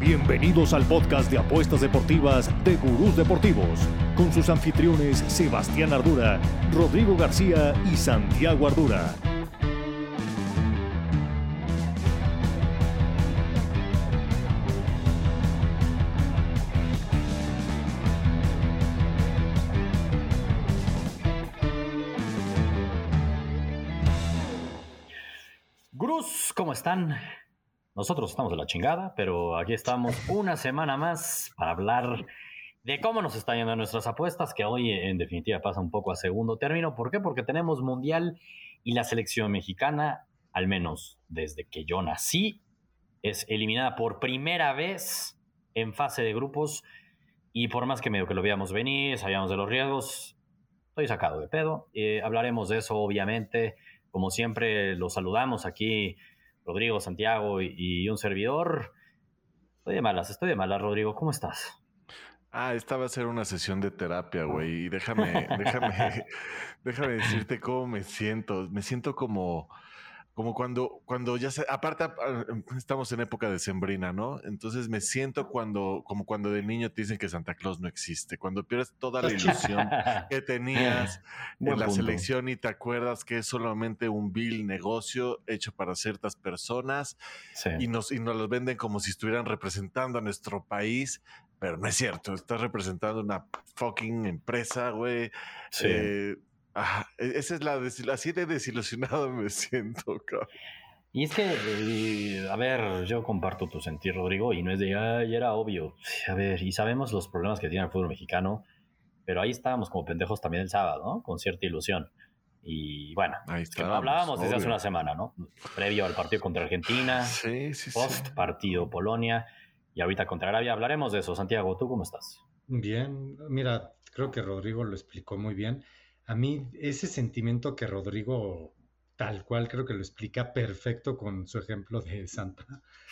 Bienvenidos al podcast de apuestas deportivas de Gurús Deportivos, con sus anfitriones Sebastián Ardura, Rodrigo García y Santiago Ardura. Gurús, ¿cómo están? Nosotros estamos de la chingada, pero aquí estamos una semana más para hablar de cómo nos están yendo nuestras apuestas, que hoy en definitiva pasa un poco a segundo término. ¿Por qué? Porque tenemos Mundial y la selección mexicana, al menos desde que yo nací, es eliminada por primera vez en fase de grupos, y por más que medio que lo veíamos venir, sabíamos de los riesgos, estoy sacado de pedo. Hablaremos de eso, obviamente. Como siempre, los saludamos aquí, Rodrigo, Santiago y un servidor. Estoy de malas, Rodrigo. ¿Cómo estás? Esta va a ser una sesión de terapia, güey. Y déjame decirte cómo me siento. Me siento como cuando ya se, aparte estamos en época decembrina, ¿no? Entonces me siento como cuando de niño te dicen que Santa Claus no existe, cuando pierdes toda la ilusión que tenías en la selección y te acuerdas que es solamente un vil negocio hecho para ciertas personas, sí. y nos los venden como si estuvieran representando a nuestro país, pero no es cierto, estás representando una fucking empresa, güey. Sí. Esa es así de desilusionado me siento, cabrón. Y es que, a ver, yo comparto tu sentir, Rodrigo, y no es de, ya era obvio. A ver, y sabemos los problemas que tiene el fútbol mexicano, pero ahí estábamos como pendejos también el sábado, ¿no? Con cierta ilusión. Y bueno, hablábamos desde hace una semana, ¿no? Previo al partido contra Argentina, post partido Polonia, y ahorita contra Arabia. Hablaremos de eso. Santiago, ¿tú cómo estás? Bien, mira, creo que Rodrigo lo explicó muy bien. A mí ese sentimiento que Rodrigo tal cual creo que lo explica perfecto con su ejemplo de Santa.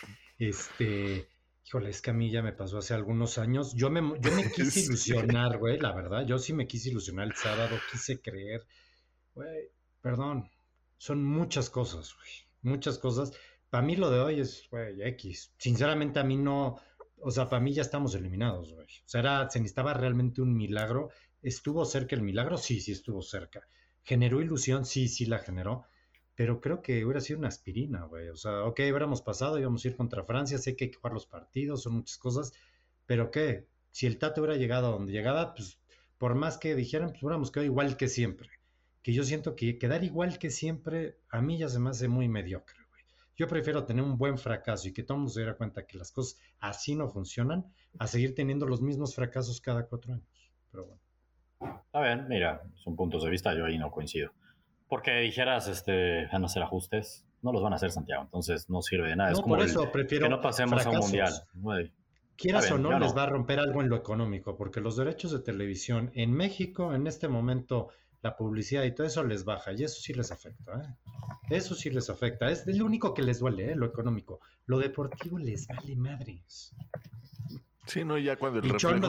Híjole, es que a mí ya me pasó hace algunos años. Yo me quise ilusionar, güey, la verdad. Yo sí me quise ilusionar el sábado, quise creer. Güey, perdón, son muchas cosas, güey, muchas cosas. Para mí lo de hoy es, güey, X. Sinceramente a mí no, o sea, para mí ya estamos eliminados, güey. O sea, se necesitaba realmente un milagro. ¿Estuvo cerca el milagro? Sí, sí estuvo cerca. ¿Generó ilusión? Sí, sí la generó. Pero creo que hubiera sido una aspirina, güey. O sea, ok, hubiéramos pasado, íbamos a ir contra Francia, sé que hay que jugar los partidos, son muchas cosas, pero ¿qué? Si el Tata hubiera llegado a donde llegaba, pues por más que dijeran, pues hubiéramos quedado igual que siempre. Que yo siento que quedar igual que siempre, a mí ya se me hace muy mediocre, güey. Yo prefiero tener un buen fracaso y que todo el mundo se diera cuenta que las cosas así no funcionan, a seguir teniendo los mismos fracasos cada 4 años. Pero bueno. Está bien, mira, son puntos de vista, yo ahí no coincido. Porque dijeras, van a hacer ajustes, no los van a hacer, Santiago, entonces no sirve de nada. No, es como por eso prefiero que no pasemos fracasos. a un mundial. Güey. Quieras bien, o no, les va a romper algo en lo económico, porque los derechos de televisión en México, en este momento, la publicidad y todo eso les baja, y eso sí les afecta, ¿eh? Eso sí les afecta. Es lo único que les duele, lo económico. Lo deportivo les vale madres. Sí, no, ya cuando el reflejo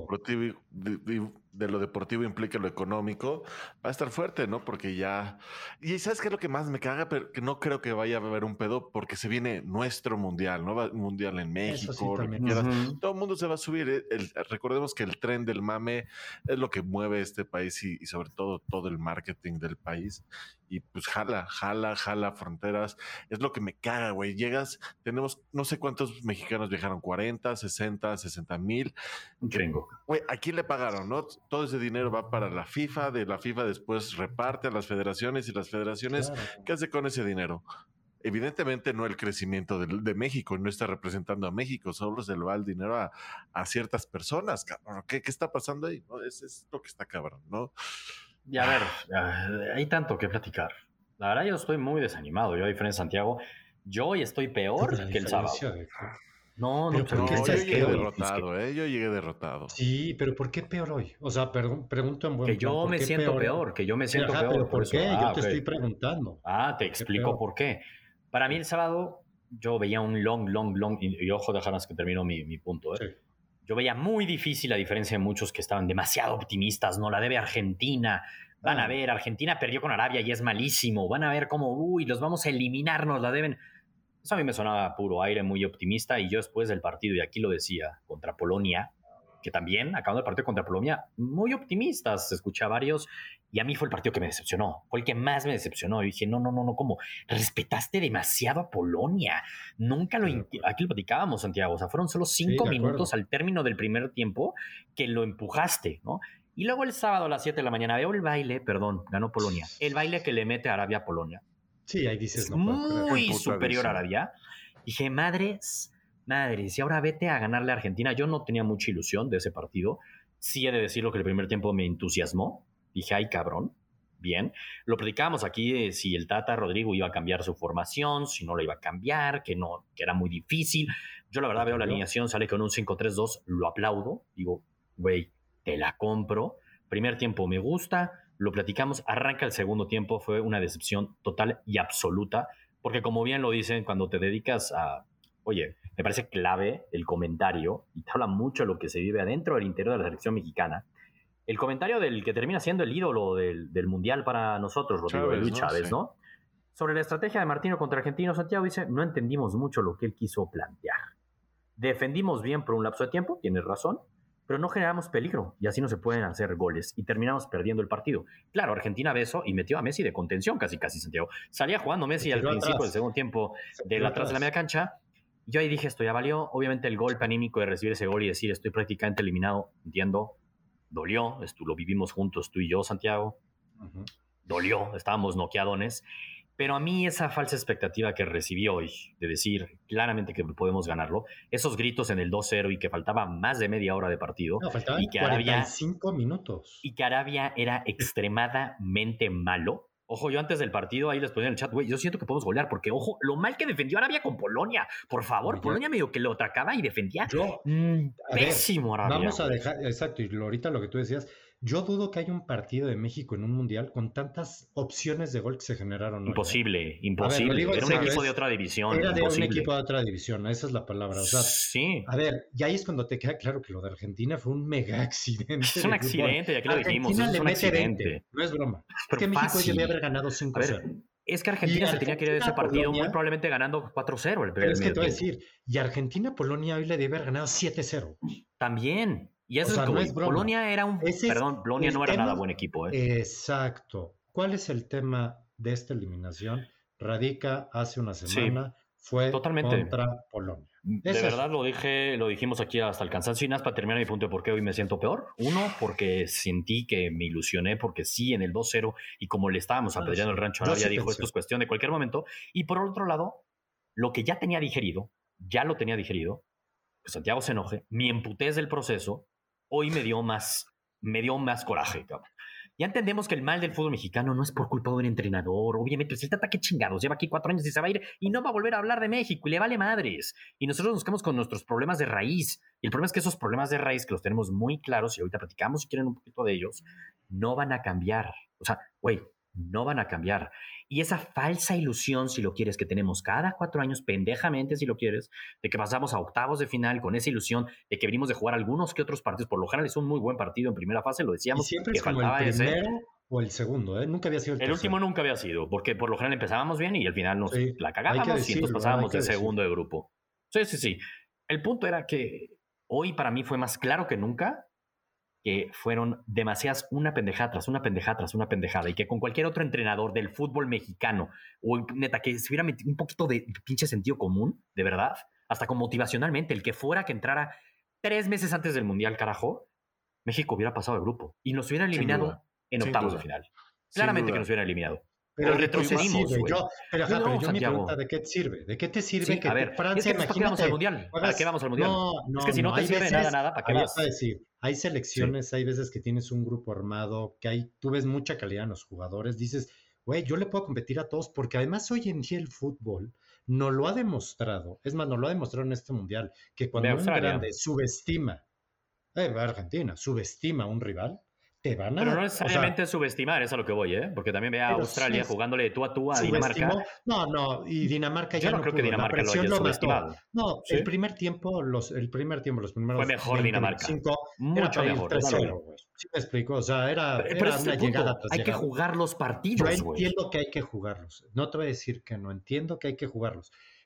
de lo deportivo implica lo económico, va a estar fuerte, ¿no? Porque ya... Y ¿sabes qué es lo que más me caga? Pero que no creo que vaya a haber un pedo porque se viene nuestro mundial, ¿no? Mundial en México, sí, lo que quieras. Todo el mundo se va a subir. Recordemos que el tren del mame es lo que mueve este país y sobre todo el marketing del país. Y pues jala fronteras. Es lo que me caga, güey. Llegas, tenemos no sé cuántos mexicanos viajaron, 40, 60 mil. Un chingo. Güey, ¿a quién le pagaron, no? Todo ese dinero va para la FIFA, de la FIFA después reparte a las federaciones y las federaciones, claro. ¿Qué hace con ese dinero? Evidentemente no el crecimiento de México, no está representando a México, solo se le va el dinero a ciertas personas, cabrón. ¿Qué está pasando ahí? ¿No? Es lo que está cabrón, ¿no? Y a ver, hay tanto que platicar. La verdad yo estoy muy desanimado, yo a diferencia de Santiago, yo hoy estoy peor que el sábado. No, ¿por qué yo llegué derrotado, Yo llegué derrotado. Sí, pero ¿por qué peor hoy? O sea, pregunto en buen plan. Que yo me siento peor. ¿Pero por qué? Yo te estoy preguntando. Te explico por qué. Para mí el sábado yo veía un long, y ojo, dejarás que termino mi punto, Sí. Yo veía muy difícil, a diferencia de muchos que estaban demasiado optimistas, no la debe Argentina, van a ver, Argentina perdió con Arabia y es malísimo, van a ver cómo, los vamos a eliminar, nos la deben. Eso a mí me sonaba puro aire, muy optimista, y yo después del partido, y aquí lo decía, contra Polonia, que también, acabando el partido contra Polonia, muy optimistas, escuché a varios, y a mí fue el partido que me decepcionó, fue el que más me decepcionó. Y dije, no, ¿cómo? Respetaste demasiado a Polonia. Nunca aquí lo platicábamos, Santiago, o sea, fueron solo 5 minutos al término del primer tiempo que lo empujaste, ¿no? Y luego el sábado a las 7 de la mañana veo el baile, ganó Polonia, el baile que le mete a Arabia a Polonia. Sí, ahí dices, no muy superior a Arabia. Dije, madres, y ahora vete a ganarle a Argentina. Yo no tenía mucha ilusión de ese partido. Sí he de decirlo que el primer tiempo me entusiasmó. Dije, ay, cabrón, bien. Lo platicábamos aquí de si el Tata Rodrigo iba a cambiar su formación, si no la iba a cambiar, que era muy difícil. Yo la verdad veo la alineación, sale con un 5-3-2, lo aplaudo. Digo, güey, te la compro. Primer tiempo me gusta, lo platicamos, arranca el segundo tiempo, fue una decepción total y absoluta, porque como bien lo dicen, cuando te dedicas a... Oye, me parece clave el comentario, y te habla mucho de lo que se vive adentro del interior de la selección mexicana. El comentario del que termina siendo el ídolo del Mundial para nosotros, Rodrigo Luis Chávez, ¿no? Sobre la estrategia de Martino contra Argentino, Santiago dice, no entendimos mucho lo que él quiso plantear. Defendimos bien por un lapso de tiempo, tienes razón, pero no generamos peligro y así no se pueden hacer goles y terminamos perdiendo el partido. Claro, Argentina besó y metió a Messi de contención casi, Santiago. Salía jugando Messi al principio del segundo tiempo atrás de la media cancha. Yo ahí dije, esto ya valió. Obviamente el golpe anímico de recibir ese gol y decir, estoy prácticamente eliminado, entiendo, dolió, lo vivimos juntos tú y yo, Santiago. Uh-huh. Dolió, estábamos noqueadones. Pero a mí esa falsa expectativa que recibí hoy, de decir claramente que podemos ganarlo, esos gritos en el 2-0 y que faltaba más de media hora de partido. No, faltaban y que 45 minutos. Y que Arabia era extremadamente malo. Ojo, yo antes del partido ahí les ponía en el chat, güey, yo siento que podemos golear, porque ojo, lo mal que defendió Arabia con Polonia. Por favor, Polonia medio que lo atacaba y defendía. Pésimo Arabia. Vamos a dejar, exacto, y ahorita lo que tú decías, yo dudo que haya un partido de México en un mundial con tantas opciones de gol que se generaron. Imposible. Era un equipo de otra división. Era de un equipo de otra división, esa es la palabra. O sea, sí. A ver, y ahí es cuando te queda claro que lo de Argentina fue un mega accidente. Es un accidente, ya que lo dijimos. Es un accidente. 20, no es broma. Es que México debía haber ganado 5-0. Es que Argentina se tenía que ir de ese partido muy probablemente ganando 4-0. Pero es que te voy a decir, y Argentina-Polonia hoy le debe haber ganado 7-0. También. Y eso es como Polonia era Polonia no era nada buen equipo. Exacto. ¿Cuál es el tema de esta eliminación? Radica hace una semana, fue contra Polonia. De verdad lo dijimos aquí hasta el cansancio, y nada, para terminar mi punto de por qué hoy me siento peor. Uno, porque sentí que me ilusioné, porque sí, en el 2-0, y como le estábamos apedreando el rancho a Arabia, dijo, esto es cuestión de cualquier momento. Y por otro lado, lo que ya lo tenía digerido, que Santiago se enoje, mi emputez del proceso, hoy me dio más coraje, cabrón. Ya entendemos que el mal del fútbol mexicano no es por culpa de un entrenador. Obviamente, si el Tata, qué chingados, lleva aquí 4 años y se va a ir y no va a volver a hablar de México y le vale madres. Y nosotros nos quedamos con nuestros problemas de raíz. Y el problema es que esos problemas de raíz, que los tenemos muy claros y ahorita platicamos si quieren un poquito de ellos, no van a cambiar. O sea, no van a cambiar. Y esa falsa ilusión, si lo quieres, que tenemos cada 4 años, pendejamente, si lo quieres, de que pasamos a octavos de final con esa ilusión de que venimos de jugar algunos que otros partidos. Por lo general es un muy buen partido en primera fase, lo decíamos. Y siempre que es como faltaba el primero o el segundo, ¿eh? Nunca había sido el último nunca había sido, porque por lo general empezábamos bien y al final nos la cagábamos y entonces pasábamos de segundo de grupo. Sí. El punto era que hoy para mí fue más claro que nunca que fueron demasiadas, una pendejada tras una pendejada, y que con cualquier otro entrenador del fútbol mexicano, o neta, que se hubiera metido un poquito de pinche sentido común, de verdad, hasta con motivacionalmente, el que fuera que entrara 3 meses antes del Mundial, carajo, México hubiera pasado de grupo y nos hubiera eliminado en octavos de final. Claramente que nos hubiera eliminado. Pero retrocedimos, güey. Pero yo me pregunta, ¿de qué te sirve? ¿De qué te sirve que Francia, es que ¿para qué vamos al Mundial? ¿Para qué vamos al Mundial? No, es que si no te sirve nada, ¿para qué vas? Hay selecciones, hay veces que tienes un grupo armado, que tú ves mucha calidad en los jugadores, dices, güey, yo le puedo competir a todos, porque además hoy en día el fútbol nos lo ha demostrado, es más, nos lo ha demostrado en este Mundial, que cuando un grande subestima, Argentina, subestima a un rival, pero no necesariamente subestimar, es a lo que voy, porque también ve a Australia jugándole de tú a tú a Dinamarca. No, y Dinamarca yo ya no creo que Dinamarca lo haya subestimado. No, ¿sí? el primer tiempo, los primeros fue mejor 20, Dinamarca. 25, mucho mejor. 3-0, sí me explico, o sea, era una llegada. Hay que jugar los partidos, Yo entiendo que hay que jugarlos. No te voy a decir que no, entiendo que hay que jugarlos.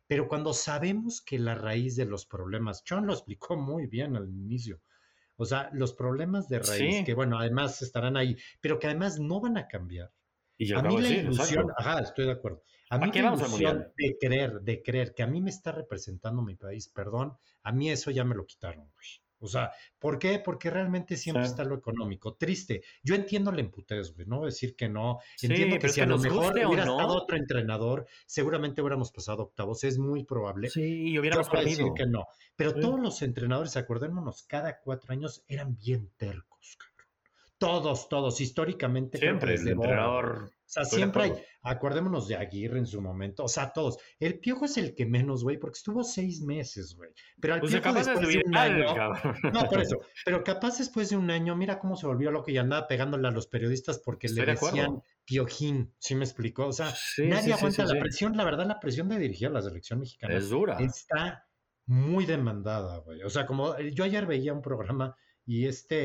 Pero cuando sabemos que la raíz de los problemas, John lo explicó muy bien al inicio, o sea, los problemas de raíz, que bueno, además estarán ahí, pero que además no van a cambiar. Y yo A mí acabo de la decir, ilusión, exacto. estoy de acuerdo. A mí qué la vamos al ilusión mundial? de creer que a mí me está representando mi país, perdón, a mí eso ya me lo quitaron, güey. O sea, ¿por qué? Porque realmente siempre Sí. está lo económico. Triste. Yo entiendo la emputez, güey, no voy a decir que no. Sí, Entiendo que pero es si que a lo nos mejor guste o hubiera no. estado otro entrenador, seguramente hubiéramos pasado octavos. Es muy probable. Sí, y Yo hubiéramos voy a decir perdido. que no. Pero Sí. todos los entrenadores, acordémonos, cada 4 años eran bien tercos, cabrón. Todos, históricamente creo que Siempre, el desde Borja. entrenador. O sea, Estoy de siempre hay, acuerdo. acordémonos de Aguirre en su momento, o sea, todos. El Piojo es el que menos, güey, porque estuvo 6 meses, güey. Pero al Pues Piojo capaz después es de un viral, año, cabrón. no, por eso, pero capaz después de un año, mira cómo se volvió loco y andaba pegándole a los periodistas porque Estoy le de acuerdo. decían Piojín, ¿sí me explicó? O sea, Sí, nadie sí, aguanta sí, la sí. presión, la verdad, la presión de dirigir a la selección mexicana Es dura. está muy demandada, güey. O sea, como yo ayer veía un programa y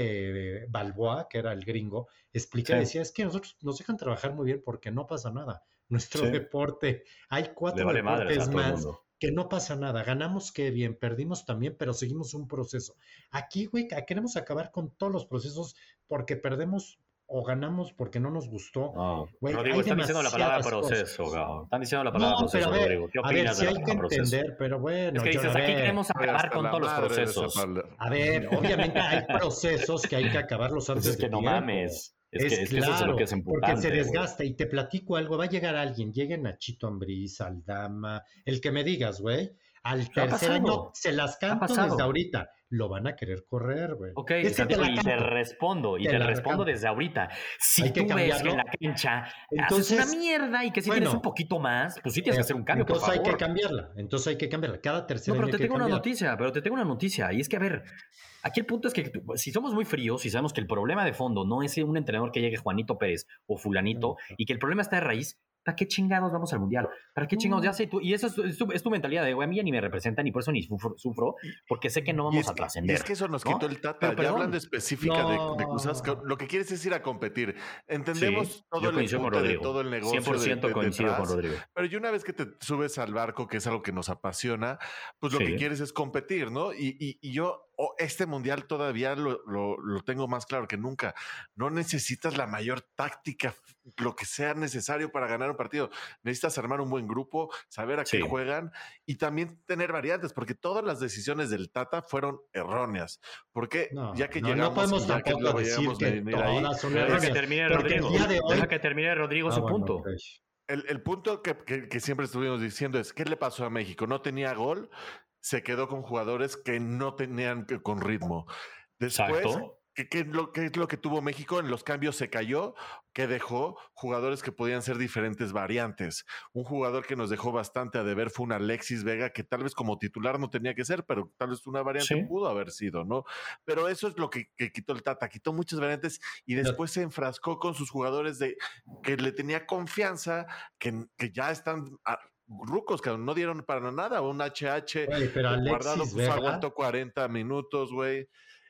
Balboa, que era el gringo, explica y Sí. decía, es que nosotros nos dejan trabajar muy bien porque no pasa nada. Nuestro Sí. deporte, hay Le 4 vale madres deportes a todo el más mundo. que no pasa nada. Ganamos qué bien, perdimos también, pero seguimos un proceso. Aquí, güey, queremos acabar con todos los procesos porque perdemos o ganamos porque no nos gustó. No, Güey, Rodrigo, hay están diciendo la palabra demasiadas proceso, cosas. cabrón. Están diciendo la palabra No, proceso, pero Rodrigo. ¿Qué a ver, opinas sí de hay la que palabra proceso? entender, pero bueno, Es que dices, aquí queremos Güey, acabar hasta con la todos los madre de esa procesos. palabra. a ver, obviamente hay procesos que hay que acabarlos Pues antes es que de no tiempo. mames. Es que eso es claro, lo que es porque emputante, se güey. desgasta. Y te platico algo, va a llegar alguien, llegue Nachito Ambriz, Aldama, el que me digas, güey. Al Pero ha tercer año pasado. se las Ha canto pasado. desde ahorita. Lo van a querer correr, güey. Ok, Es que Santiago, te la y te canto. respondo, Te la recanto. desde ahorita. Si Hay que tú ves que cambiarlo. en la cancha Entonces, haces una mierda y que si bueno, tienes un poquito más, pues sí tienes que hacer un cambio, por entonces favor. hay que cambiarla. Entonces hay que cambiarla. Cada tercer No, pero año te hay que tengo una cambiar. noticia, y es que, a ver, aquí el punto es que si somos muy fríos y sabemos que el problema de fondo no es un entrenador que llegue Juanito Pérez o fulanito, y que el problema está de raíz, ¿para qué chingados vamos al mundial? ¿Para qué chingados? Ya sé, y eso es tu mentalidad de, güey, a mí ya ni me representan y por eso ni sufro porque sé que no vamos a trascender. Y es que eso nos ¿no? quitó el Tata. Pero Ya perdón. hablando específica de cosas, lo que quieres es ir a competir. Entendemos Sí, todo yo el coincido con empute de Rodrigo. todo el negocio 100% coincido detrás, con Rodrigo. pero y una vez que te subes al barco, que es algo que nos apasiona, pues lo Sí. que quieres es competir, ¿no? Y yo este mundial todavía lo tengo más claro que nunca. No necesitas la mayor táctica, lo que sea necesario para ganar un partido. Necesitas armar un buen grupo, saber a qué Sí. juegan y también tener variantes, porque todas las decisiones del Tata fueron erróneas. Porque No, ya que no llegamos, podemos y ya que tampoco luego decir llegamos que venir ahí, todas son Deja que erróneas. termine Porque Rodrigo. el día de hoy... Deja que termine Rodrigo su bueno, punto. ok. el punto que siempre estuvimos diciendo es, ¿qué le pasó a México? No tenía gol, se quedó con jugadores que no tenían con ritmo. Después, Exacto. ¿qué es lo que tuvo México? En los cambios se cayó, que dejó jugadores que podían ser diferentes variantes. Un jugador que nos dejó bastante a deber fue un Alexis Vega, que tal vez como titular no tenía que ser, pero tal vez una variante Sí. pudo haber sido, ¿no? Pero eso es lo que quitó el Tata, quitó muchas variantes y después se enfrascó con sus jugadores que le tenía confianza, que ya están... rucos que no dieron para nada, un HH Güey, pero Alexis guardado, pues Vega... aguantó 40 minutos, güey.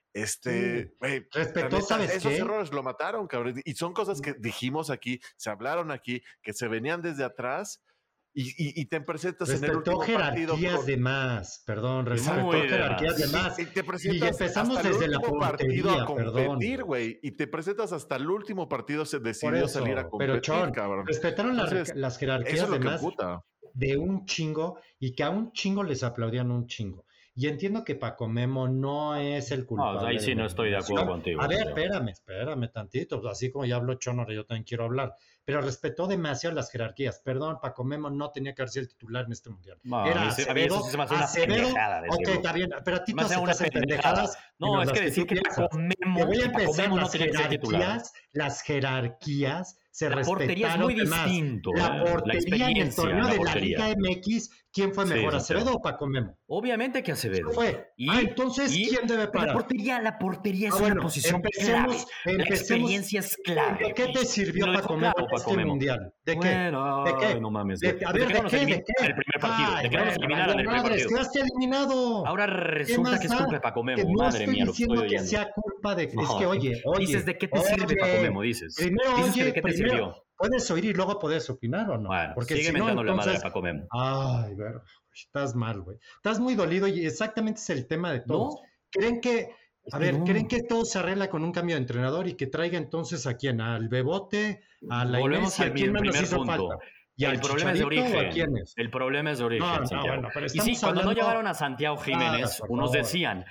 Güey, Respetó, la neta, ¿sabes esos qué? errores lo mataron, cabrón. Y son cosas que dijimos aquí, se hablaron aquí, que se venían desde atrás y te presentas en el Respetó último partido. jerarquías de más, perdón, respetó Muy de jerarquías de Y- más. Y te Y presentas empezamos hasta el desde la último partido a portería, perdón. competir, güey. Y te presentas hasta el último partido, se Por decidió eso, salir a competir, pero Chon, cabrón. respetaron Entonces, las eso jerarquías es lo de que más puta. de un chingo y que a un chingo les aplaudían un chingo. Y entiendo que Paco Memo no es el culpable. No, ahí sí de no la estoy de acuerdo eliminación. contigo. A ver, Santiago. espérame tantito. Pues así como ya habló Chonor, yo también quiero hablar. Pero respetó demasiado las jerarquías. Perdón, Paco Memo no tenía que haber sido el titular en este mundial. No, Era a mí Acevedo. eso se me hace una pendejada Ok, decirlo. está bien. Pero a ti Me no hace se te una hacen pendejada. pendejadas. No, menos es las que decir tú que piensas. Paco Memo, Te voy a que Paco empezar Memo no las tenía que ser titular. jerarquías se La respetaron. portería es muy de más. distinto. La La portería en el experiencia, torneo la de la portería. Liga MX, ¿quién fue Sí, mejor, sí, Acevedo sí. o Paco Memo? Obviamente que Acevedo. Fue. Y, Entonces, ¿quién debe parar? La portería es bueno, una posición clave. La experiencia es clave. ¿De qué te sirvió Y lo Paco dejó Memo claro, en Paco Memo. Mundial? ¿De qué? Bueno, ¿De qué? No mames. ¿De güey. qué? A De ver, que ¿de no nos qué? ¿De eliminen qué? en el primer partido. De que no nos eliminaran en el primer madres, partido. quedaste eliminado. Ahora resulta que es culpa de Paco Memo. No Madre estoy mía, lo que diciendo estoy que oyendo. sea culpa de... No. Es que, oye. Dices, ¿de qué te sirve Paco Memo? Dices. Primero, Dices que oye, ¿de qué te sirvió? puedes oír y luego puedes opinar o no. Bueno, porque sigue si no, mentándole la madre a entonces... Paco Memo. Ay, verga, estás mal, güey. Estás muy dolido y exactamente es el tema de todos. No. ¿Creen que... Es A que ver, no. ¿creen que todo se arregla con un cambio de entrenador y que traiga entonces a quién? ¿Al Bebote? ¿A la Volvemos Inés? ¿Y a al quién más nos primer hizo punto. falta? ¿Y El al problema es de Chicharito o a origen. quiénes? El problema es de origen, No, Santiago. bueno, pero Y sí, estamos cuando no hablando- llevaron a Santiago Jiménez, por unos favor. decían,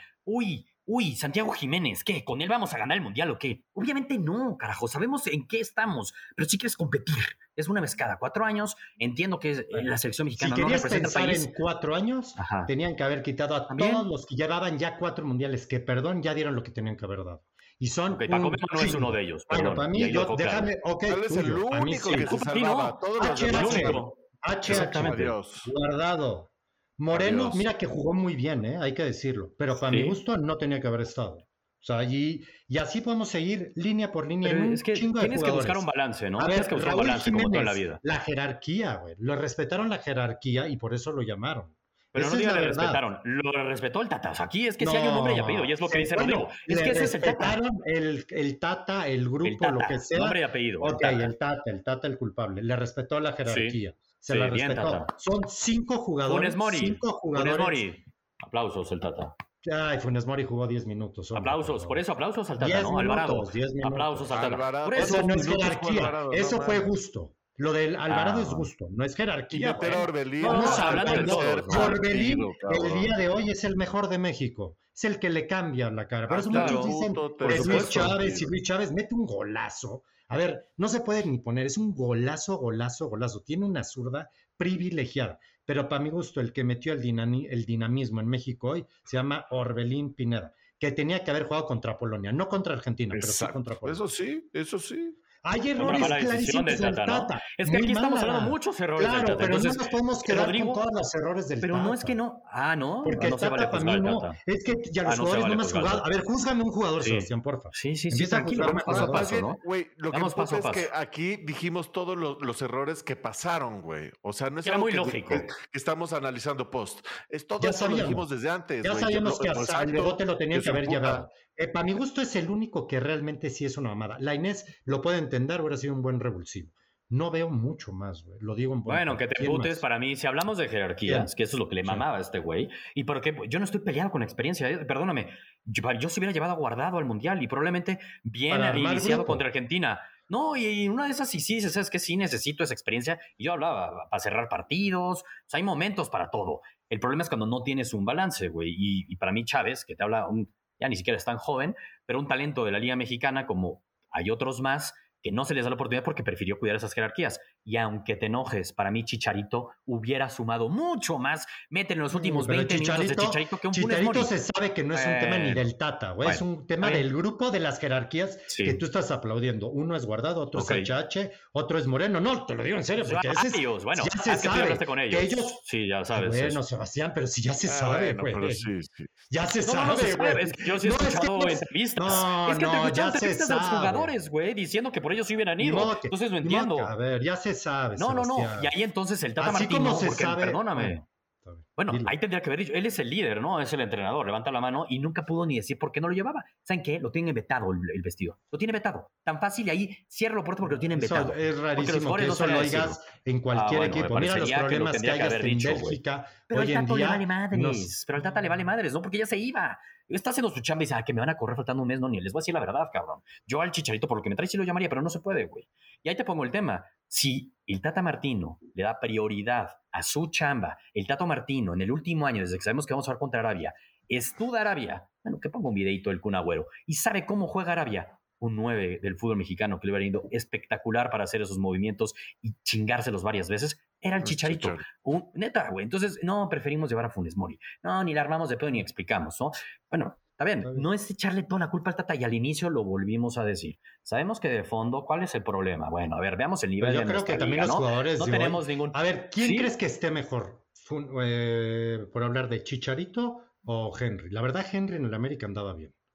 uy, Santiago Jiménez, ¿qué? ¿Con él vamos a ganar el Mundial o qué? Obviamente no, carajo, sabemos en qué estamos, pero si quieres competir, es una vez cada 4 años, entiendo que la selección Si mexicana no querías representa al pensar país. en 4 años, Ajá. tenían que haber quitado a También. todos los que llevaban ya 4 mundiales, que perdón, ya dieron lo que tenían que haber dado. Y son Ok, Paco un Memo no es chingo. uno de ellos, Bueno, perdón, para y mí, ahí lo dejó claro. déjame, ok, Él es el tuyo, a mí único sí. que se Sí, no. salvaba. Todos los HH. demás. El único. Exactamente. Adiós. Guardado. Moreno, Adiós. mira que jugó muy bien, hay que decirlo, pero para Sí. mi gusto no tenía que haber estado. O sea, y así podemos seguir línea por línea en Pero un es que chingo de tienes que buscar jugadores. un balance, ¿no? A ver, Tienes que buscar un Raúl balance como toda la Jiménez, vida. la jerarquía, güey. Lo respetaron la jerarquía y por eso lo llamaron. Pero Esa no es diga la le verdad. respetaron, lo respetó el Tata. O sea, aquí es que si hay un nombre y apellido, y es lo que dice Bueno, Rodrigo. Es le que ese es el Tata. respetaron el Tata, el grupo, El Tata, lo que sea. nombre y apellido. Ok, el Tata, el culpable. Le respetó la jerarquía. Se sí, la bien, respetó. Tata. Son 5 jugadores. Funes Mori. 5 jugadores. Funes Mori. Aplausos el Tata. Ay, Funes Mori jugó 10 minutos. hombre, Aplausos, por eso aplausos al Tata, 10 ¿no? Alvarado. minutos, 10 minutos. Aplausos al Tata. Alvarado. Por eso, Eso no es minutos fue jerarquía. Alvarado, Eso no fue mames. gusto. Lo del Alvarado Ah. es gusto, no es Y jerarquía. meter a güey. Orbelín. No, Vamos hablando de al todos, tercer ¿no? Orbelín, partido, el día de hoy es el mejor de México. Es el que le cambia la cara. Por eso claro. muchos dicen Puto que Luis tercer Chávez y partido. Luis Chávez mete un golazo. A ver, no se puede ni poner, es un golazo. Tiene una zurda privilegiada. Pero para mi gusto, el que metió el dinamismo en México hoy se llama Orbelín Pineda, que tenía que haber jugado contra Polonia, no contra Argentina, pero sí Exacto. contra Polonia. Eso sí. Hay Una errores mala decisión clarísimos del del Tata, ¿no? Tata. Es que Muy aquí estamos mala. hablando de muchos errores Claro, del Tata. pero Entonces, no nos podemos quedar Rodrigo, con todos los errores del pero Tata. no es que no. Ah, no. Porque no el se Tata vale para juzgar mí al no. Tata. Es que ya los no se jugadores vale no hemos juzgar al jugado. A Tata. ver, júzgame un jugador, Sí. Sebastián, porfa. Sí, Empieza a tranquilo, juzgarme vamos paso a jugadores. paso, ¿no? Güey, lo que Vamos paso a pasa es paso. que aquí dijimos todos los errores que pasaron, güey. O sea, no es Era algo muy que, lógico. que estamos analizando post. Es todo Ya eso lo sabíamos. dijimos desde antes. Ya güey. sabíamos que Exacto, al Bebote lo tenían que que haber su puta- llevado. Para mi gusto es el único que realmente sí es una mamada. La Inés lo puede entender, hubiera sido un buen revulsivo. No veo mucho más, güey. Lo digo en buen Bueno, plan. que te ¿Quién emputes más? para mí. Si hablamos de jerarquías, ¿Quién? que eso es lo que le Sí. mamaba a este güey. Y porque yo no estoy peleado con la experiencia. Perdóname. Yo se hubiera llevado a Guardado al Mundial y probablemente bien Para armar iniciado grupo. contra Argentina. No, y una de esas sí, ¿sabes qué? Sí necesito esa experiencia. Y yo hablaba para cerrar partidos. O sea, hay momentos para todo. El problema es cuando no tienes un balance, güey. Y para mí Chávez, que te habla, ya ni siquiera es tan joven, pero un talento de la Liga Mexicana como hay otros más que no se les da la oportunidad porque prefirió cuidar esas jerarquías. Y aunque te enojes, para mí Chicharito hubiera sumado mucho más. Meten en los últimos Pero 20 minutos de Chicharito que un Funes Mori. Chicharito se sabe que no es un tema ni del Tata, güey. Es un tema está bien. del grupo de las jerarquías Sí. que tú estás aplaudiendo. Uno es Guardado, otro Ok. es HH, otro es Moreno. No, te lo digo en serio, porque ese es, Ellos, bueno, ya se que tú sabe. hablaste con ellos. Que ellos... Sí, ya sabes. Bueno, eso. Sebastián, pero si ya se sabe, bueno, güey. pero sí. Ya se No, sabe, no se sabe. güey. Es que yo sí he No, es que escuchado no- entrevistas. No, es que no, escuchado ya se entrevistas de los sabe. jugadores, güey, diciendo que por ellos sí hubieran Ni ido. modo que- Entonces no ni modo entiendo. que- A ver, ya se sabe, No. Sebastián. Y ahí entonces el Tata Así Martino, como se porque, sabe... perdóname. Bueno, Dilo. ahí tendría que ver, él es el líder, ¿no? Es el entrenador, levanta la mano y nunca pudo ni decir por qué no lo llevaba. ¿Saben qué? Lo tienen vetado el vestido. Lo tiene vetado. Tan fácil y ahí cierra la puerta porque lo tienen Eso vetado. es Porque los rarísimo que jugadores no eso lo saben decirlo. oigas en cualquier bueno, me equipo. Mira los parecería que lo problemas que tendría que hay haber hasta en dicho, güey. Bélgica Pero hoy al en Tato le día. vale madres. Pero al Tata le vale madres, ¿no? Porque ya se iba. Está haciendo su chamba y dice, que me van a correr faltando un mes. No, ni les voy a decir la verdad, cabrón. Yo al Chicharito, por lo que me trae, sí lo llamaría, pero no se puede, güey. Y ahí te pongo el tema. Si el Tata Martino le da prioridad a su chamba, el Tata Martino en el último año, desde que sabemos que vamos a jugar contra Arabia, estudia Arabia, bueno, que ponga un videito del Kun Agüero, y sabe cómo juega Arabia, un 9 del fútbol mexicano que le hubiera ido espectacular para hacer esos movimientos y chingárselos varias veces, era el Chicharito. Neta, güey. Entonces, no, preferimos llevar a Funes Mori. No, ni la armamos de pedo ni explicamos, ¿no? Bueno, está bien. No es echarle toda la culpa al Tata y al inicio lo volvimos a decir. Sabemos que de fondo, ¿cuál es el problema? Bueno, a ver, veamos el nivel Pero yo de creo nuestra que también liga, los ¿no? jugadores No de tenemos hoy- ningún... A ver, ¿quién ¿Sí? crees que esté mejor? ¿Por hablar de Chicharito o Henry? La verdad, Henry en el América andaba bien.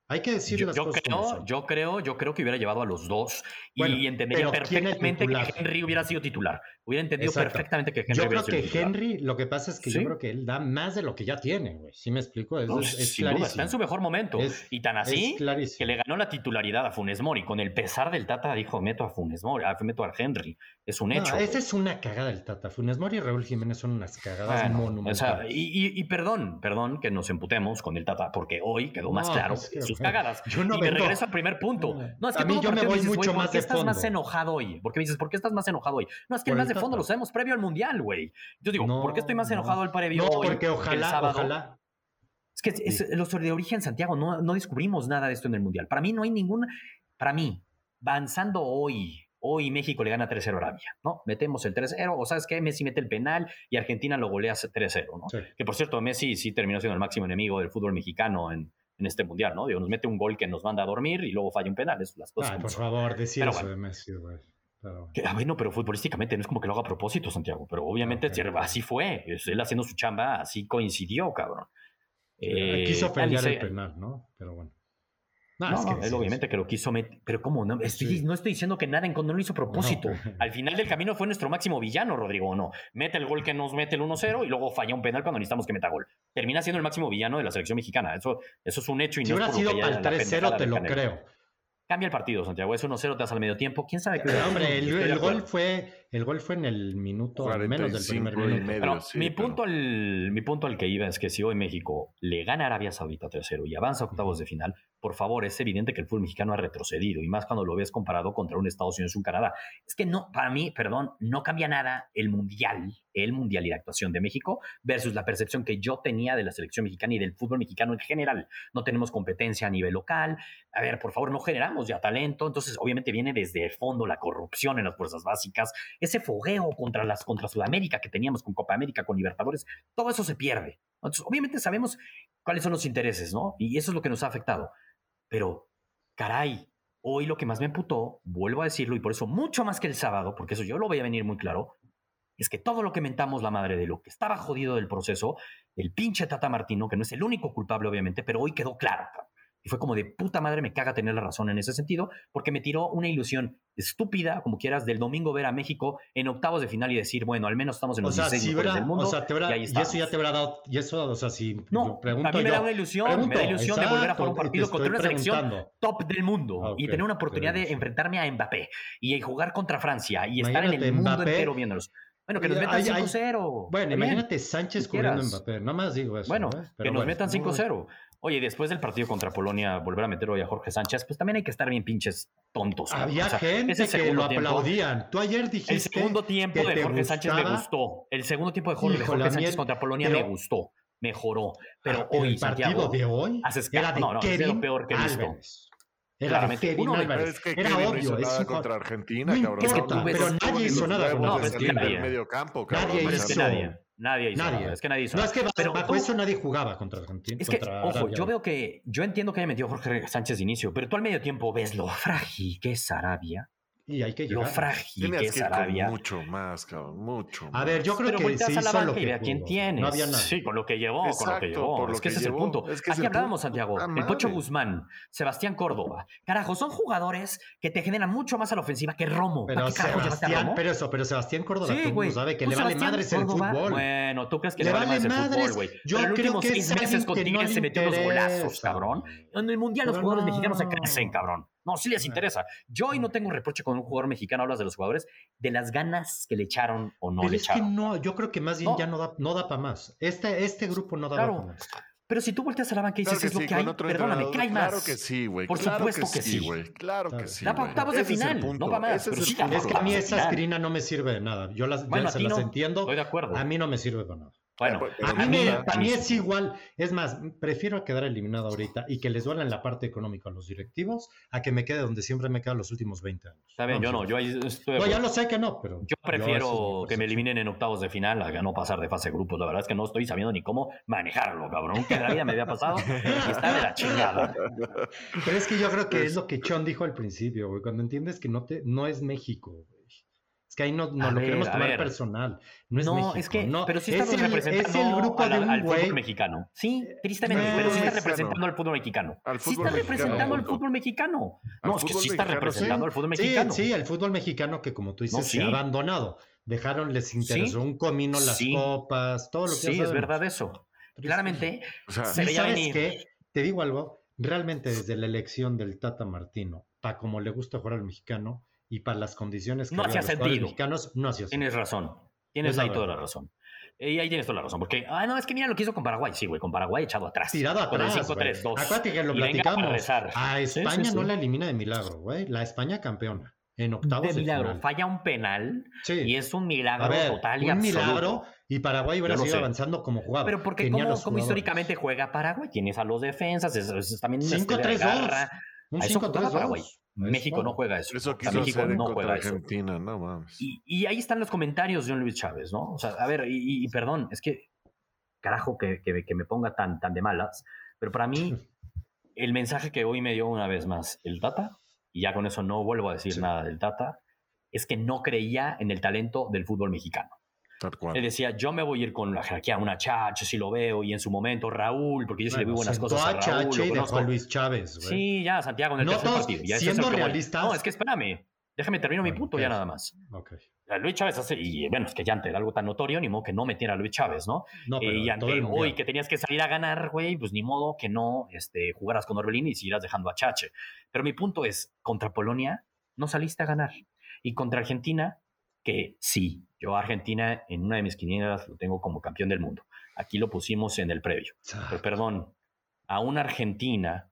Hay que decir las cosas como son. Yo creo que hubiera llevado a los dos y entendería perfectamente que Henry hubiera sido titular. Hubiera entendido perfectamente que Henry hubiera sido titular. Yo creo que Henry, lo que pasa es que yo creo que él da más de lo que ya tiene, güey. ¿Sí me explico? Es clarísimo. Está en su mejor momento. Y tan así que le ganó la titularidad a Funes Mori. Con el pesar del Tata dijo, meto a Funes Mori, meto a Henry. Es un hecho. Esa es una cagada del Tata. Funes Mori y Raúl Jiménez son unas cagadas monumentales. O sea, y perdón que nos emputemos con el Tata, porque hoy quedó más claro sus cagadas. Me regreso al primer punto. No, es que a mí yo me voy mucho más de fondo. ¿Por qué estás más enojado hoy? Porque me dices, ¿por qué estás más enojado hoy? No, es que el más de fondo lo sabemos previo al Mundial, güey. Yo digo, ¿por qué estoy más enojado el previo hoy? No, porque ojalá. Es que los de origen Santiago no descubrimos nada de esto en el Mundial. Para mí no hay avanzando hoy México le gana 3-0 a Arabia, ¿no? Metemos el 3-0, o ¿sabes qué? Messi mete el penal y Argentina lo golea 3-0, ¿no? Sí. Que por cierto, Messi sí terminó siendo el máximo enemigo del fútbol mexicano en este Mundial, ¿no? Digo, nos mete un gol que nos manda a dormir y luego falla un penal. Eso, las cosas por favor, decir eso de Messi, güey. Pero futbolísticamente no es como que lo haga a propósito, Santiago, pero obviamente así fue. Él haciendo su chamba, así coincidió, cabrón. Quiso pelear el penal, ¿no? Pero bueno. Él obviamente que lo quiso meter, pero ¿cómo? No estoy diciendo que nada no lo hizo a propósito. Al final del camino fue nuestro máximo villano, Rodrigo, ¿no? Mete el gol que nos mete el 1-0 y luego falla un penal cuando necesitamos que meta gol. Termina siendo el máximo villano de la selección mexicana. Eso es un hecho. Y si hubiera sido para el 3-0 te lo creo. Cambia el partido, Santiago. Es 1-0, te das al medio tiempo. ¿Quién sabe qué? Hombre, el gol fue en el minuto, al menos del primer minuto. Pero mi punto al que iba es que si hoy México le gana a Arabia Saudita 3-0 y avanza a octavos de final, por favor, es evidente que el fútbol mexicano ha retrocedido, y más cuando lo ves comparado contra un Estados Unidos y un Canadá. Es que para mí, no cambia nada el mundial y la actuación de México versus la percepción que yo tenía de la selección mexicana y del fútbol mexicano en general. No tenemos competencia a nivel local. A ver, por favor, no generamos ya talento. Entonces, obviamente viene desde el fondo la corrupción en las fuerzas básicas, ese fogueo contra Sudamérica que teníamos con Copa América, con Libertadores, todo eso se pierde. Entonces, obviamente sabemos cuáles son los intereses, ¿no? Y eso es lo que nos ha afectado. Pero, caray, hoy lo que más me emputó, vuelvo a decirlo, y por eso mucho más que el sábado, porque eso yo lo voy a venir muy claro, es que todo lo que mentamos la madre de lo que estaba jodido del proceso, el pinche Tata Martino, que no es el único culpable obviamente, pero hoy quedó claro. Y fue como de puta madre, me caga tener la razón en ese sentido, porque me tiró una ilusión estúpida, como quieras, del domingo ver a México en octavos de final y decir, bueno, al menos estamos en los 16 mejores del mundo. Y eso ya te habrá dado, y eso, o sea, si no, pregunto a mí me da una ilusión, de volver a jugar un partido contra una selección top del mundo y tener una oportunidad de enfrentarme a Mbappé y jugar contra Francia y estar en el mundo entero viéndolos. Bueno, que nos metan 5-0. Bueno, imagínate Sánchez cubriendo a Mbappé. Nada más digo eso. Bueno, que nos metan 5-0. Oye, después del partido contra Polonia, volver a meter hoy a Jorge Sánchez, pues también hay que estar bien pinches tontos. Había gente que lo aplaudían. Tú ayer dijiste el segundo tiempo de Jorge Sánchez me gustó. El segundo tiempo de Jorge Sánchez contra Polonia me gustó. Mejoró. Pero hoy, el partido de hoy era de Kevin lo peor que he visto. Era Kevin Álvarez. Era obvio. Es contra Argentina, cabrón. Es que pero nadie hizo nada con Argentina. Medio campo, cabrón. Nadie hizo nada. Es que nadie hizo nada. No, es que bajo eso nadie jugaba contra Argentina. Es que, ojo, yo entiendo que haya metido Jorge Sánchez de inicio, pero tú al medio tiempo ves lo frágil que es Arabia. Y hay que llegar. Lo frágil que es Arabia. Mucho más, cabrón, mucho más. A ver, yo creo que se hizo lo que a quién tienes. No había nada. Sí, con lo que llevó, Es que ese es el punto. Aquí hablábamos, Santiago. El Pocho Guzmán, Sebastián Córdoba. Carajo, son jugadores que te generan mucho más a la ofensiva que Romo. Pero Sebastián Córdoba, sí, güey. Sabe que le vale madres el fútbol. Bueno, tú crees que le vale madres el fútbol, güey. Yo en los últimos 6 meses con Tigres se metió unos golazos, cabrón. En el Mundial los jugadores mexicanos se crecen, cabrón. No, sí les interesa. Yo hoy no tengo un reproche con un jugador mexicano, hablas de los jugadores, de las ganas que le echaron o no le echaron. Es que no, yo creo que más bien ya no da para más. Este grupo no da para más. Pero si tú volteas a la banca y dices, es lo que hay, perdóname, ¿qué hay más? Claro que sí, güey. Por supuesto que sí, güey. Claro que sí. Da para octavos de final, no para más. Es que a mí esa esquina no me sirve de nada. Yo se las entiendo. Estoy de acuerdo. A mí no me sirve para nada. Bueno, a mí es igual. Es más, prefiero quedar eliminado ahorita y que les duela en la parte económica a los directivos a que me quede donde siempre me he quedado los últimos 20 años. Está bien, yo ahí estoy. No, ya lo sé que no, pero. Yo prefiero que me eliminen en octavos de final a no pasar de fase de grupos. La verdad es que no estoy sabiendo ni cómo manejarlo, cabrón. Que en la vida me había pasado y está de la chingada. Pero es que yo creo que es lo que Chon dijo al principio, güey. Cuando entiendes que no es México, güey. Es que ahí no lo queremos tomar personal. No es México. Es que, no, pero sí estamos representando es el grupo de un al güey fútbol mexicano. Sí, tristemente, pero sí está representando al fútbol mexicano. Sí está representando al fútbol mexicano. No, es que sí está representando al fútbol mexicano. Sí, el fútbol mexicano que, como tú dices, se ha abandonado. Les interesó un comino las copas, todo lo que sí, es verdad eso. Claramente, se veía venir. ¿Qué? Te digo algo, realmente desde la elección del Tata Martino, para como le gusta jugar al mexicano y para las condiciones que no hacía sentido. Mexicanos, no hacía sentido. Tienes razón. Tienes ahí toda la razón. Y ahí tienes toda la razón. Porque, no, es que mira lo que hizo con Paraguay. Sí, güey, con Paraguay echado atrás. Tirado atrás. Con el 5-3-2. Acuérdate que lo platicamos. A España no la elimina de milagro, güey. La España campeona. En octavos de milagro. Final. Falla un penal y es un milagro total y absoluto. Un milagro y Paraguay hubiera seguido avanzando como jugaba. Pero porque como históricamente juega Paraguay, tienes a los defensas, es también 5-3-2. Un 5-3-2 Paraguay. México no juega eso. Eso quiso México hacer no contra juega Argentina, eso. No mames. Y ahí están los comentarios de John Luis Chávez, ¿no? O sea, a ver, y perdón, es que carajo que me ponga tan de malas, pero para mí el mensaje que hoy me dio una vez más el Tata, y ya con eso no vuelvo a decir nada del Tata, es que no creía en el talento del fútbol mexicano. Él decía, yo me voy a ir con la jerarquía, una Chacho, si lo veo, y en su momento Raúl, porque yo sí le vi buenas cosas a Raúl. Y dejó a Luis Chávez, güey. Sí, ya, Santiago en el tercer partido. Ya siendo realistas. No, es que espérame, déjame termino mi punto ya nada más. Okay. Luis Chávez hace, y bueno, es que ya antes era algo tan notorio, ni modo que no metiera a Luis Chávez, ¿no? Y ante hoy que tenías que salir a ganar, güey, pues ni modo que no jugaras con Orbelín y siguieras dejando a Chache. Pero mi punto es, contra Polonia no saliste a ganar. Y contra Argentina, que sí, yo a Argentina en una de mis quinielas lo tengo como campeón del mundo. Aquí lo pusimos en el previo. Pero perdón, a una Argentina,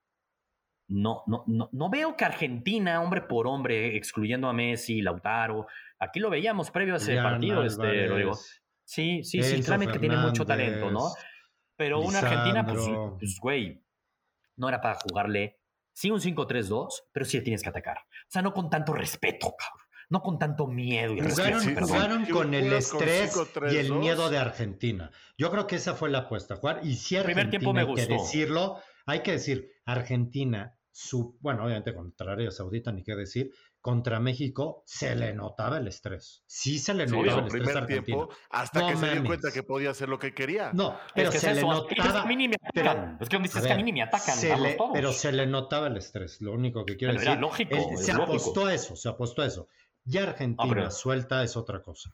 no veo que Argentina, hombre por hombre, excluyendo a Messi, Lautaro, aquí lo veíamos previo a ese partido, Rodrigo. Sí, claramente tiene mucho talento, ¿no? Pero una Argentina, pues güey, no era para jugarle, sí un 5-3-2, pero sí tienes que atacar. O sea, no con tanto respeto, cabrón. No con tanto miedo. Jugaron con el estrés y el miedo de Argentina. Yo creo que esa fue la apuesta, jugar. Y si Argentina, primer tiempo me gustó. Hay que decir, Argentina, obviamente contra Arabia Saudita, ni qué decir, contra México se le notaba el estrés. Sí se le notaba el estrés a Argentina. Tiempo, hasta que se dio cuenta que podía hacer lo que quería. No, pero se le notaba. A mí ni me atacan. Es que a mí ni me atacan. Pero se le notaba el estrés. Lo único que quiero decir. Era lógico. Se apostó a eso. Ya Argentina suelta es otra cosa.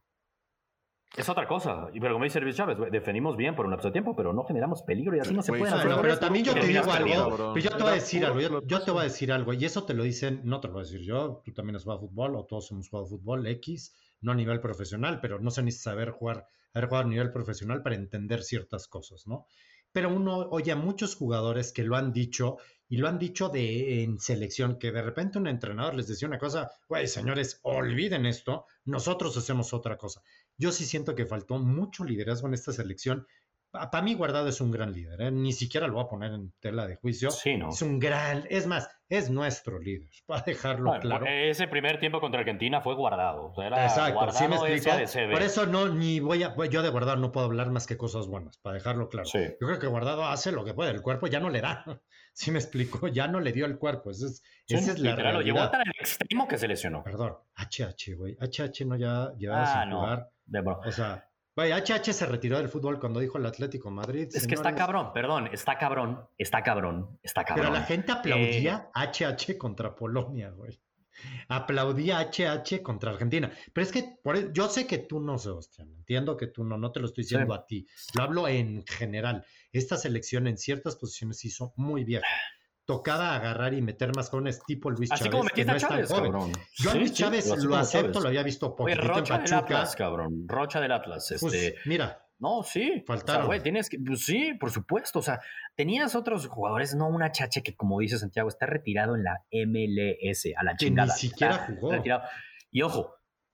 Es otra cosa. Pero como dice Luis Chávez, defendimos bien por un lapso de tiempo, pero no generamos peligro y así no se puede hacer. Pero también yo te digo algo. Pero yo te voy a decir algo. Yo te voy a decir algo. Y eso te lo dicen, no te lo voy a decir yo. Tú también has jugado fútbol o todos hemos jugado fútbol X, no a nivel profesional, pero no se necesita haber jugado a nivel profesional para entender ciertas cosas, ¿no? Pero uno oye a muchos jugadores que lo han dicho, y lo han dicho en selección, que de repente un entrenador les decía una cosa, güey, señores, olviden esto, nosotros hacemos otra cosa. Yo sí siento que faltó mucho liderazgo en esta selección. Para mí Guardado es un gran líder, ¿eh? Ni siquiera lo voy a poner en tela de juicio. Sí, ¿no? Es más, es nuestro líder, para dejarlo claro. Ese primer tiempo contra Argentina fue Guardado. O sea, era exacto, Guardado, sí me explicó. Por eso yo de Guardado no puedo hablar más que cosas buenas, para dejarlo claro. Sí. Yo creo que Guardado hace lo que puede, el cuerpo ya no le da. Sí me explicó, ya no le dio el cuerpo. Esa es la realidad. Lo llevó hasta el extremo que se lesionó. Perdón, güey. HH no ya llevaba sin jugar. O sea, güey, HH se retiró del fútbol cuando dijo el Atlético Madrid. Es señores. Que está cabrón, perdón, está cabrón. Pero la gente aplaudía HH contra Polonia, güey. Aplaudía HH contra Argentina. Pero es que yo sé que tú no, Sebastián. Entiendo que tú no te lo estoy diciendo a ti. Lo hablo en general. Esta selección en ciertas posiciones hizo muy bien. Tocaba agarrar y meter más jóvenes tipo Luis Chávez. Así como metiste a Chávez, cabrón. Yo a Luis Chávez lo acepto, lo había visto poquito en Pachuca. Del Atlas, cabrón. Rocha del Atlas. Pues, mira. No, sí. Faltaron. O sea, güey, tienes que... Pues, sí, por supuesto. O sea, tenías otros jugadores, no una Chache que, como dice Santiago, está retirado en la MLS, a la chingada. Ni siquiera jugó. Retirado. Y ojo,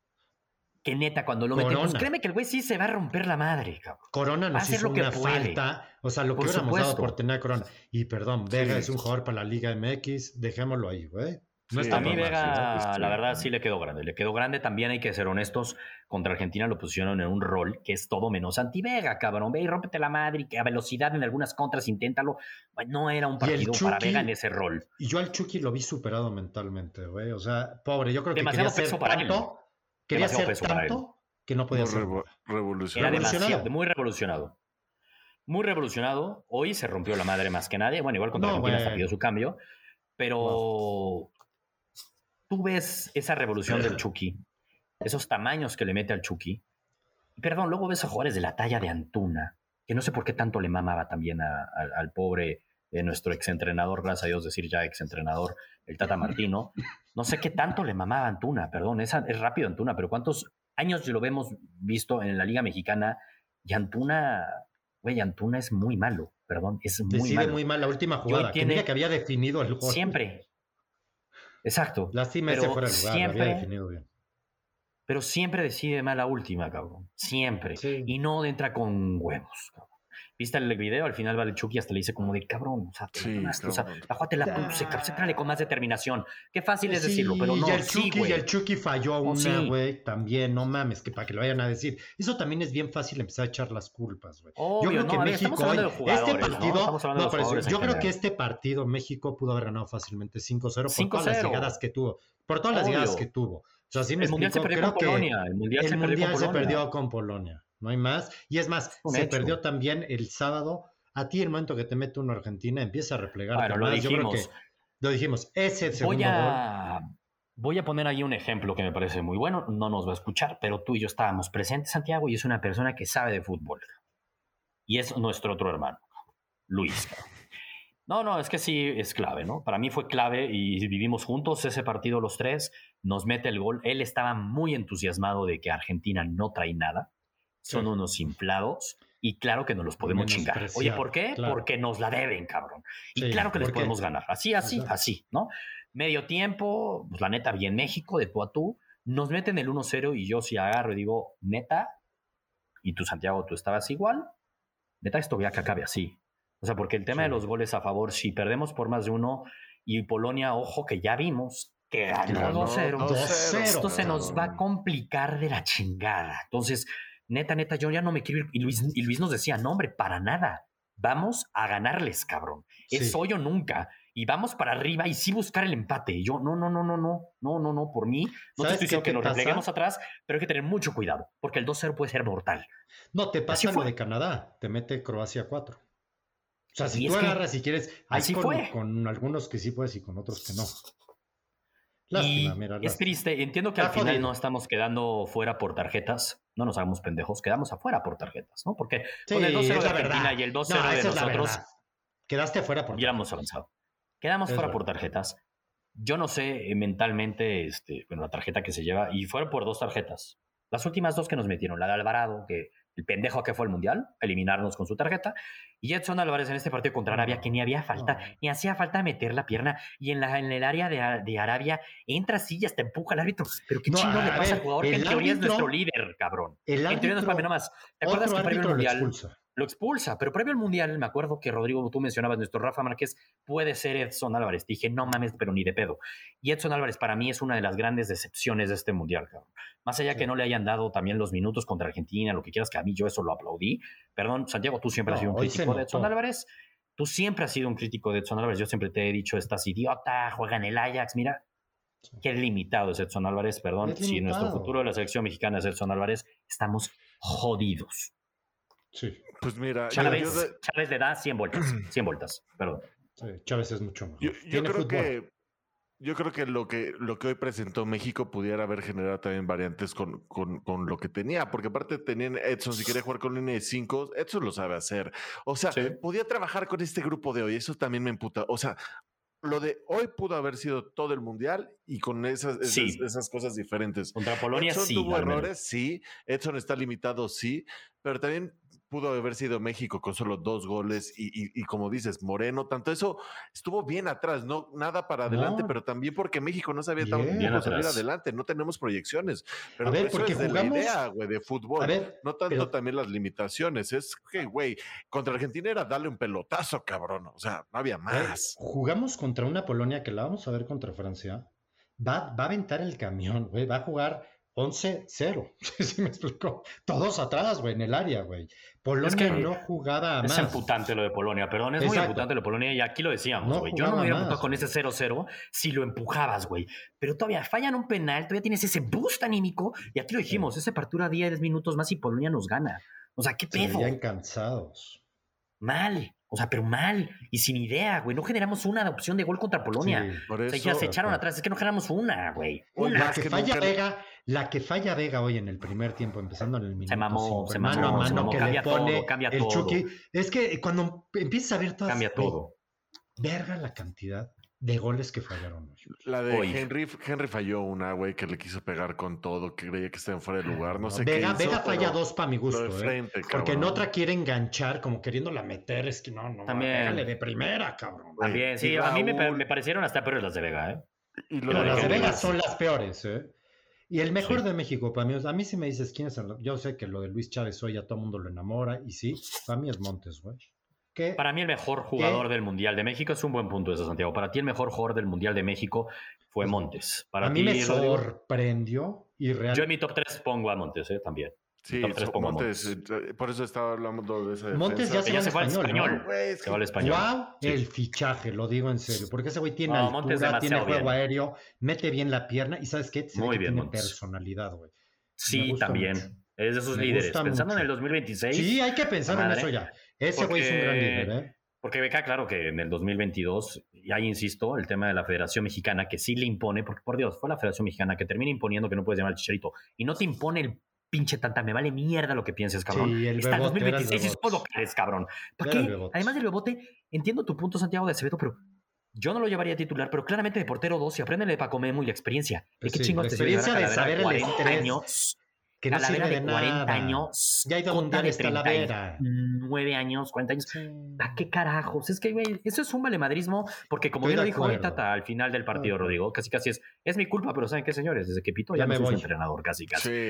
que neta, cuando lo meten, pues créeme que el güey sí se va a romper la madre, cabrón. Corona nos hizo una falta. O sea, lo que hubiéramos dado por tener a Corona. Y perdón, Vega es un jugador para la Liga MX. Dejémoslo ahí, güey. No está a mí Vega, la verdad, sí le quedó grande. Le quedó grande. También hay que ser honestos. Contra Argentina lo pusieron en un rol que es todo menos anti-Vega, cabrón. Ve y rómpete la madre y que a velocidad en algunas contras inténtalo. No era un partido para Vega en ese rol. Y yo al Chucky lo vi superado mentalmente, güey. O sea, pobre. Yo creo que demasiado quería peso hacer Quería demasiado ser peso para él. tanto que no podía ser. Revolucionario. Era demasiado, muy revolucionado. Muy revolucionado. Hoy se rompió la madre más que nadie. Bueno, igual contra Argentina hasta pidió su cambio. Pero tú ves esa revolución del Chucky, esos tamaños que le mete al Chucky. Perdón, luego ves a jugadores de la talla de Antuna, que no sé por qué tanto le mamaba también al pobre de nuestro exentrenador, gracias a Dios decir ya exentrenador, el Tata Martino. No sé qué tanto le mamaba a Antuna, perdón, es rápido Antuna, pero ¿cuántos años lo hemos visto en la Liga Mexicana? Y Antuna, güey, Antuna es muy malo, perdón, es muy Decide malo. muy mal la última jugada, que había definido el gol. Siempre. Exacto. Lástima ese fuera el lugar, siempre, lo había definido bien. Pero siempre decide mal la última, cabrón. Siempre. Sí. Y no entra con huevos, cabrón. ¿Viste el video? Al final va el Chucky hasta le dice como de cabrón, o sea, la jugada te la puse, céntrale con más determinación. Qué fácil es decirlo, pero no, y el Chucky falló una, güey, también, no mames, que para que lo vayan a decir. Eso también es bien fácil empezar a echar las culpas, güey. Yo creo que México hoy, este partido, yo creo que este partido México pudo haber ganado fácilmente 5-0 por todas las llegadas que tuvo. Por todas las llegadas que tuvo. O sea, sí me explico, creo que el Mundial se perdió con Polonia. No hay más. Y es más, se perdió también el sábado. A ti, el momento que te mete uno a Argentina, empieza a replegar. Bueno, lo dijimos. Yo creo que lo dijimos. Ese segundo gol. Voy a poner ahí un ejemplo que me parece muy bueno. No nos va a escuchar, pero tú y yo estábamos presentes, Santiago, y es una persona que sabe de fútbol. Y es nuestro otro hermano, Luis. No, es que sí es clave, ¿no? Para mí fue clave y vivimos juntos ese partido los tres. Nos mete el gol. Él estaba muy entusiasmado de que Argentina no trae nada. Son unos inflados y claro que nos los podemos chingar. Oye, ¿por qué? Claro. Porque nos la deben, cabrón. Y claro que les podemos ganar. Así, ¿no? Medio tiempo, pues la neta, bien México, de tú a tú. Nos meten el 1-0 y yo sí agarro y digo, neta, y tú, Santiago, tú estabas igual. Neta, esto ya que acabe así. O sea, porque el tema de los goles a favor, si perdemos por más de uno y Polonia, ojo, que ya vimos que ganó 2-0. Esto se nos va a complicar de la chingada. Entonces, neta, yo ya no me quiero ir. Y Luis nos decía, no, hombre, para nada. Vamos a ganarles, cabrón. Es hoy o nunca. Y vamos para arriba y sí buscar el empate. Y yo, no, por mí. No te estoy diciendo que nos repleguemos atrás, pero hay que tener mucho cuidado, porque el 2-0 puede ser mortal. No, te pasa lo de Canadá. Te mete Croacia 4. O sea, si tú agarras, si quieres, así con algunos que sí puedes y con otros que no. Lástima, mira. Es triste. Entiendo que al final no estamos quedando fuera por tarjetas. No nos hagamos pendejos. Quedamos afuera por tarjetas, ¿no? Porque con el 2-0 de Argentina y el 2-0 de nosotros... Quedaste fuera por tarjetas. Ya hemos avanzado. Quedamos fuera por tarjetas. Yo no sé mentalmente la tarjeta que se lleva. Y fueron por 2 tarjetas. Las últimas 2 que nos metieron. La de Alvarado, que el pendejo que fue al Mundial, eliminarnos con su tarjeta. Y Edson Álvarez en este partido contra Arabia, que ni había falta, ni hacía falta meter la pierna. Y en el área de Arabia, entra así y hasta empuja al árbitro. Pero qué chingo le pasa al jugador que en teoría es nuestro líder, cabrón. En teoría no es para mí nomás. ¿Te acuerdas que previo al Mundial lo expulsa? Pero previo al Mundial, me acuerdo que Rodrigo, tú mencionabas, nuestro Rafa Márquez, puede ser Edson Álvarez. Dije, no mames, pero ni de pedo. Y Edson Álvarez para mí es una de las grandes decepciones de este Mundial, cabrón. Más allá que no le hayan dado también los minutos contra Argentina, lo que quieras, que a mí yo eso lo aplaudí. Perdón, Santiago, tú siempre has sido un crítico de Edson Álvarez. Tú siempre has sido un crítico de Edson Álvarez. Yo siempre te he dicho, estás idiota, juega en el Ajax. Mira, qué limitado es Edson Álvarez. Perdón, si nuestro futuro de la selección mexicana es Edson Álvarez, estamos jodidos. Sí. Pues mira, Chávez le da 100 vueltas. 100 vueltas, perdón. Sí, Chávez es mucho mejor. Yo creo que lo que hoy presentó México pudiera haber generado también variantes con lo que tenía, porque aparte tenían Edson, si quería jugar con línea de 5, Edson lo sabe hacer. O sea, podía trabajar con este grupo de hoy, eso también me emputa. O sea, lo de hoy pudo haber sido todo el Mundial y con esas cosas diferentes. Contra Polonia Edson sí. Tuvo errores, sí. Edson está limitado, sí. Pero también pudo haber sido México con solo 2 goles y como dices, Moreno, tanto eso estuvo bien atrás, no nada para adelante, pero también porque México no sabía tampoco salir adelante, no tenemos proyecciones. Pero a ver, eso porque es de jugamos... la idea, güey, de fútbol. No tanto también las limitaciones. Es que, güey, contra Argentina era darle un pelotazo, cabrón. O sea, no había más. Jugamos contra una Polonia que la vamos a ver contra Francia. Va a aventar el camión, güey. Va a jugar 11-0. ¿Sí me explicó? Todos atrás, güey, en el área, güey. Polonia Es que no jugaba a más. Es emputante lo de Polonia, perdón, es muy emputante lo de Polonia y aquí lo decíamos, güey. Yo no me hubiera emputado con ese 0-0 si lo empujabas, güey. Pero todavía fallan un penal, todavía tienes ese boost anímico y aquí lo dijimos, esa apertura 10 minutos más y Polonia nos gana. O sea, ¿qué pedo? Se veían cansados. Mal, o sea, pero mal y sin idea, güey. No generamos una opción de gol contra Polonia. Sí, por eso, o sea, ya se echaron atrás, es que no generamos una, güey. La que falla Vega hoy en el primer tiempo, empezando en el minuto. Se mamó, mano a mano, que cambia le pone todo, cambia el todo. Chucky. Es que cuando empiezas a ver todas... Cambia todo. Verga la cantidad de goles que fallaron hoy. La de Henry falló una, güey, que le quiso pegar con todo, que creía que estaba fuera de lugar. No sé Vega, qué hizo, Vega falla dos para mi gusto, frente, porque en otra quiere enganchar, como queriéndola meter. Es que no, pégale de primera, cabrón. También, sí, a mí me parecieron hasta peores las de Vega, ¿eh? Pero las de Vega son las peores, ¿eh? Y el mejor de México, para mí, a mí si me dices quién es yo sé que lo de Luis Chávez hoy a todo el mundo lo enamora, y sí, para mí es Montes, güey. Para mí el mejor jugador del Mundial de México es un buen punto ese, Santiago. Para ti el mejor jugador del Mundial de México fue Montes. Para a mí me sorprendió y realmente... Yo en mi top 3 pongo a Montes, también. Sí, Montes, por eso estaba hablando de esa defensa. Montes ya se va al español. ¿no? Se va al español. Wow, sí. El fichaje, lo digo en serio, porque ese güey tiene altura, tiene juego aéreo, mete bien la pierna y ¿sabes qué? Muy bien, tiene personalidad, güey. Sí, también. Mucho. Es de sus líderes. Pensando en el 2026. Sí, hay que pensar en eso ya. Ese güey es un gran líder, ¿eh? Porque me queda claro que en el 2022, y ahí insisto, el tema de la Federación Mexicana, que sí le impone, porque por Dios, fue la Federación Mexicana que termina imponiendo que no puedes llamar al Chicharito, y no te impone el pinche tanta, me vale mierda lo que pienses, cabrón. Sí, está el 2026 y es lo que eres, cabrón. ¿Para qué? Además del Bebote, entiendo tu punto, Santiago de Acevedo, pero yo no lo llevaría a titular, pero claramente de portero 2 y apréndele de Paco Memo y la experiencia. Pues qué chingón. La experiencia de saber el estrés. Que no sirve de 40 años. Ya ha ido a Mundial esta Talavera. 9 años, 40 años. Sí. ¿A qué carajos? Es que, güey, eso es un valemadrismo, porque como bien lo dijo Tata al final del partido, Rodrigo, casi es mi culpa, pero ¿saben qué, señores? Desde que Pito ya no soy su entrenador, casi.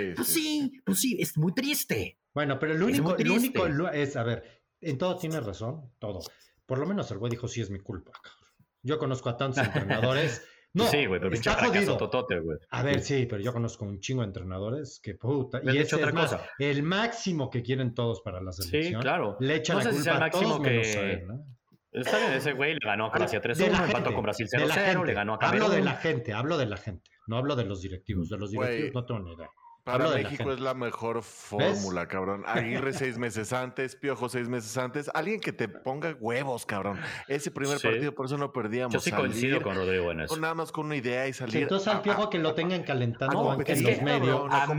Pues sí, es muy triste. Bueno, pero lo único es, a ver, en todo tiene razón, todo. Por lo menos el güey dijo, sí es mi culpa, cabrón. Yo conozco a tantos entrenadores... No, sí, güey, pero está jodido. Totote, güey. A ver, sí, pero yo conozco un chingo de entrenadores que puta. Y ese es más, el máximo que quieren todos para la selección. Sí, claro. Le echan la culpa a todos menos a él, ¿no? Está bien, ese güey le ganó a Croacia 3-1, empató con Brasil 0-0, le ganó a Camerún. Hablo de la gente, no hablo de los directivos. De los directivos no tengo ni idea. Para México es la mejor fórmula, cabrón. Aguirre 6 meses antes, Piojo 6 meses antes. Alguien que te ponga huevos, cabrón. Ese primer partido, por eso no perdíamos. Yo sí coincido con Rodrigo en eso. Nada más con una idea y salir. Entonces al Piojo que lo tengan calentando en los medios. A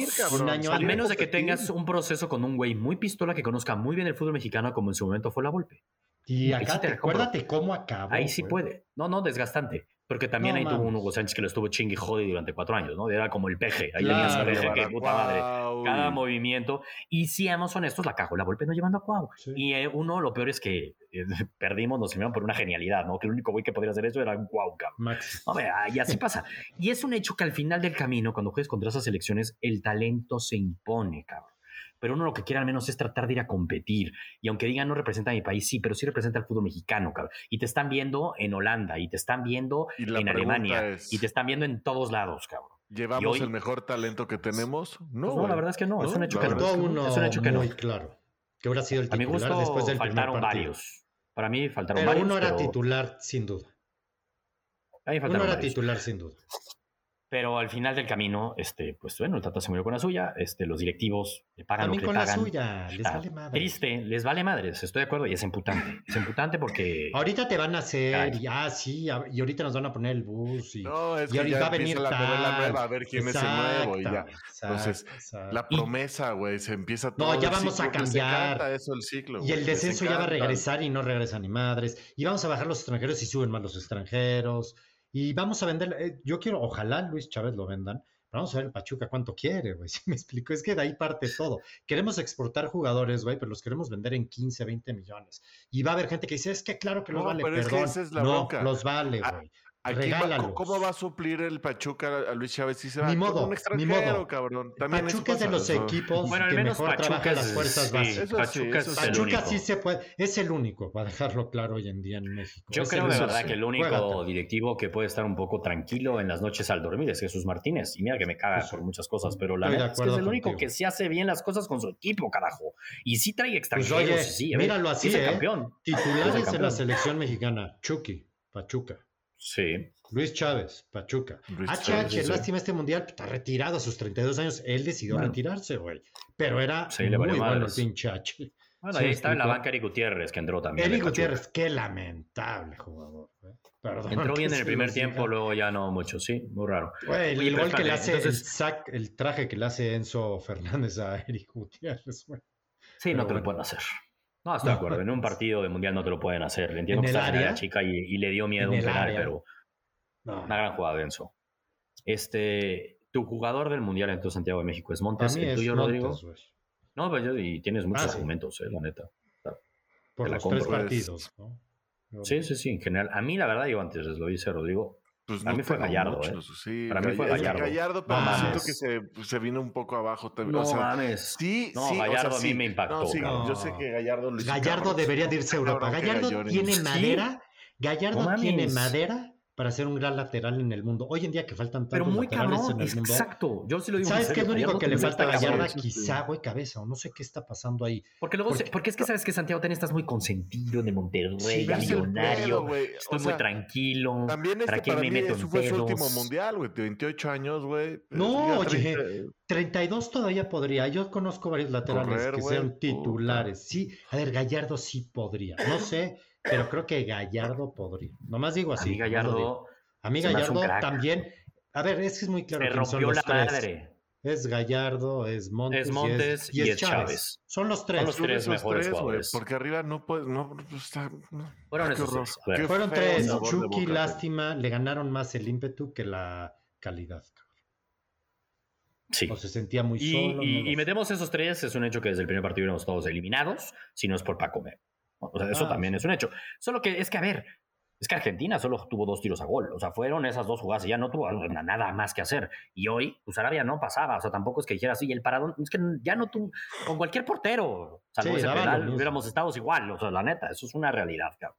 menos de que tengas un proceso con un güey muy pistola que conozca muy bien el fútbol mexicano como en su momento fue la Volpe. Y acá acuérdate cómo acabó. Ahí sí puede. No, desgastante. Porque también ahí tuvo un Hugo Sánchez que lo estuvo chingue y jode durante 4 años, ¿no? Era como el peje. Ahí tenías el peje, que puta madre. Cada movimiento. Y si seamos honestos, la cagó la Volpe no llevando a Cuau. Sí. Y lo peor es que perdimos, nos eliminaron por una genialidad, ¿no? Que el único güey que podría hacer eso era Cuau, cabrón. Y así pasa. Y es un hecho que al final del camino, cuando juegues contra esas selecciones, el talento se impone, cabrón. Pero uno lo que quiere al menos es tratar de ir a competir. Y aunque digan no representa a mi país, sí, pero sí representa al fútbol mexicano, cabrón. Y te están viendo en Holanda, y te están viendo en Alemania, y te están viendo en todos lados, cabrón. ¿Llevamos el mejor talento que tenemos? No, la verdad es que no. Es un hecho que no. Es un hecho que no. Muy claro. Que hubiera sido el titular gusto, después del faltaron varios. Para mí faltaron varios. Uno era titular, sin duda. Uno era titular, sin duda. Pero al final del camino, pues bueno, el Tata se murió con la suya, los directivos le pagan también lo que le pagan. También con la suya, les vale madre. Triste, les vale madres, estoy de acuerdo, y es emputante. Es emputante porque... Ahorita te van a hacer, y ahorita nos van a poner el bus, y ahorita va a venir la novela nueva, a ver quién es el nuevo, y ya. Entonces, la promesa, güey, se empieza todo. No, ya vamos a cambiar. Eso el ciclo, y el descenso ya va a regresar y no regresa ni madres. Y vamos a bajar los extranjeros y suben más los extranjeros. Y vamos a vender, yo quiero, ojalá Luis Chávez lo vendan, pero vamos a ver el Pachuca cuánto quiere, güey, ¿sí me explico? Es que de ahí parte todo. Queremos exportar jugadores, güey, pero los queremos vender en 15, 20 millones. Y va a haber gente que dice, es que claro que los vale, pero perdón. Es que esa es la no, bronca. los vale, güey. Regálalos. ¿Cómo va a suplir el Pachuca a Luis Chávez si se va Ni modo, con un extranjero, cabrón? También Pachuca es de los equipos Bueno, al que menos mejor Pachuca trabaja es- las fuerzas sí, básicas. Pachuca es el Pachuca único. sí se puede, es el único, para dejarlo claro hoy en día en México. Yo Es creo el de único. verdad que el único Juégatelo. directivo que puede estar un poco tranquilo en las noches al dormir es Jesús Martínez. Y mira que me caga Pues, por muchas cosas, pero la estoy de verdad es que es acuerdo el único contigo. que se hace bien las cosas con su equipo, carajo. Y sí trae Pues extranjeros. oye, sí, míralo y así, es el campeón. Es el Titulares en la campeón. selección mexicana. Chucky, Pachuca. Sí. Luis Chávez, Pachuca. Luis HH, Chávez, sí. lástima este mundial, está retirado a sus 32 años. Él decidió Bueno. retirarse, güey. Pero era Sí, le muy valió bueno el madres. pinche H. Bueno, ¿Sí ahí me está en la explico? banca Eric Gutiérrez, que entró también. Eric de Pachuca. Gutiérrez, qué lamentable jugador. Güey. Perdón Entró que bien en se el primer los tiempo, diga. luego ya no mucho, sí, muy raro. Güey, Oye, el pero gol que le espérame, hace, entonces- el traje que le hace Enzo Fernández a Eric Gutiérrez, güey. Sí, Pero no te lo bueno. pueden hacer. No, estoy de acuerdo. En un partido de mundial no te lo pueden hacer. Entiendo En que el está en área. la chica y le dio miedo En un el penal, área. pero No, una gran jugada de Enzo. Tu jugador del mundial entonces Santiago de México es para Montes, mí el es tuyo, Rodrigo. Montes, güey. No, pero y tienes muchos sí. argumentos, la neta. Por Te la los compro. 3 partidos, ¿no? Sí, en general. A mí, la verdad, yo antes lo dice Rodrigo. Pues Para mí fue tengo Gallardo, muchos, sí, Para mí fue es que Gallardo. Gallardo, pero No siento mames. que se vino un poco abajo también. No o sea, mames. sí, No, sí, Gallardo o sea, a mí sí. me impactó, No, sí, cabrón. yo sé que Gallardo lo hizo Gallardo cabrón. debería de irse a Europa. Cabrón que Gallardo Gallardo tiene inició. madera. Gallardo No tiene mames. madera para ser un gran lateral en el mundo. Hoy en día que faltan Pero tantos muy laterales cabrón, en el mundo. exacto. Yo sí lo digo. en ¿Sabes qué es serio, lo único Gallardo que le también falta a está cabrón. Gallardo? Quizá, güey, cabeza. O no sé qué está pasando ahí. Porque es que sabes que Santiago también estás muy consentido de Monterrey, Sí, ya ese es el millonario. pedo, güey. Estoy O muy sea, tranquilo. También ¿Para qué para me mí meto eso en fue su pedos? último mundial, güey, de 28 años, güey. No, Ya oye, 30, 32 todavía podría. Yo conozco varios laterales Correr, que güey, sean titulares. Sí, a ver, Gallardo sí podría. No sé, pero creo que Gallardo podría. Nomás digo A así. mí nomás lo digo. Gallardo A mí se me hace un Gallardo crack. también. A ver, es que es muy claro se quién son rompió los la tres. madre. Es Gallardo, es Montes, Es Montes y es y es Chávez. Chávez. Son los tres. Son los tres esos mejores güey, jugadores. porque arriba no puede, no, está, no. Fueron Qué esos horror. tres. A ver. Qué Fueron feo tres. sabor de Chucky, boca, güey. lástima, le ganaron más el ímpetu que la calidad. Sí. O se sentía muy Y, solo. y- no lo y sé. metemos esos tres, es un hecho que desde el primer partido éramos todos eliminados, si no es por Paco Memo. O sea, eso también sí. es un hecho. Solo que es que, a ver, es que Argentina solo tuvo 2 tiros a gol. O sea, fueron esas 2 jugadas y ya no tuvo nada más que hacer. Y hoy, pues Arabia no pasaba. O sea, tampoco es que dijera así, el paradón, es que ya no tuvo, con cualquier portero, salvo Sí, ese daba lo penal, mismo. hubiéramos estado igual. O sea, la neta, eso es una realidad, cabrón.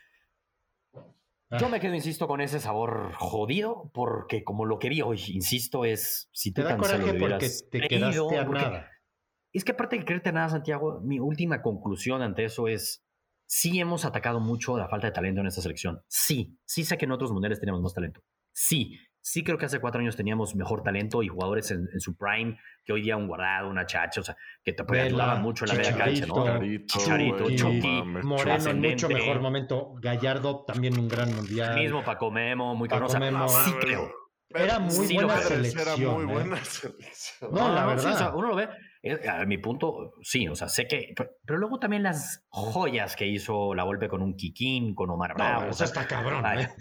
Yo me quedo, insisto, con ese sabor jodido, porque como lo que vi hoy, insisto, es si Te tú da tan se lo coraje porque hubieras te creído, quedaste a porque- nada. es que aparte de creerte nada, Santiago, mi última conclusión ante eso es, sí hemos atacado mucho la falta de talento en esta selección. Sí sé que en otros mundiales teníamos más talento. Sí creo que hace 4 años teníamos mejor talento y jugadores en su prime que hoy día un Guardado, una Chacha, o sea, que te Vela, ayudaban mucho en la media cancha, ¿no? Chicharito, Chucky, Chucky, Moreno en ascendente. mucho mejor momento. Gallardo también un gran mundial. Mismo Paco Memo, muy Paco cabrón. O sea, Memo. sí creo. Era muy Sí, buena lo creo. selección. Era muy ¿eh? buena selección. No, la sí, verdad. o sea, uno lo ve, a mi punto, sí, o sea, sé que, pero luego también las joyas que hizo la Volpe con un Kikín, con Omar Bravo. No, o eso sea, está cabrón, ay, ¿eh?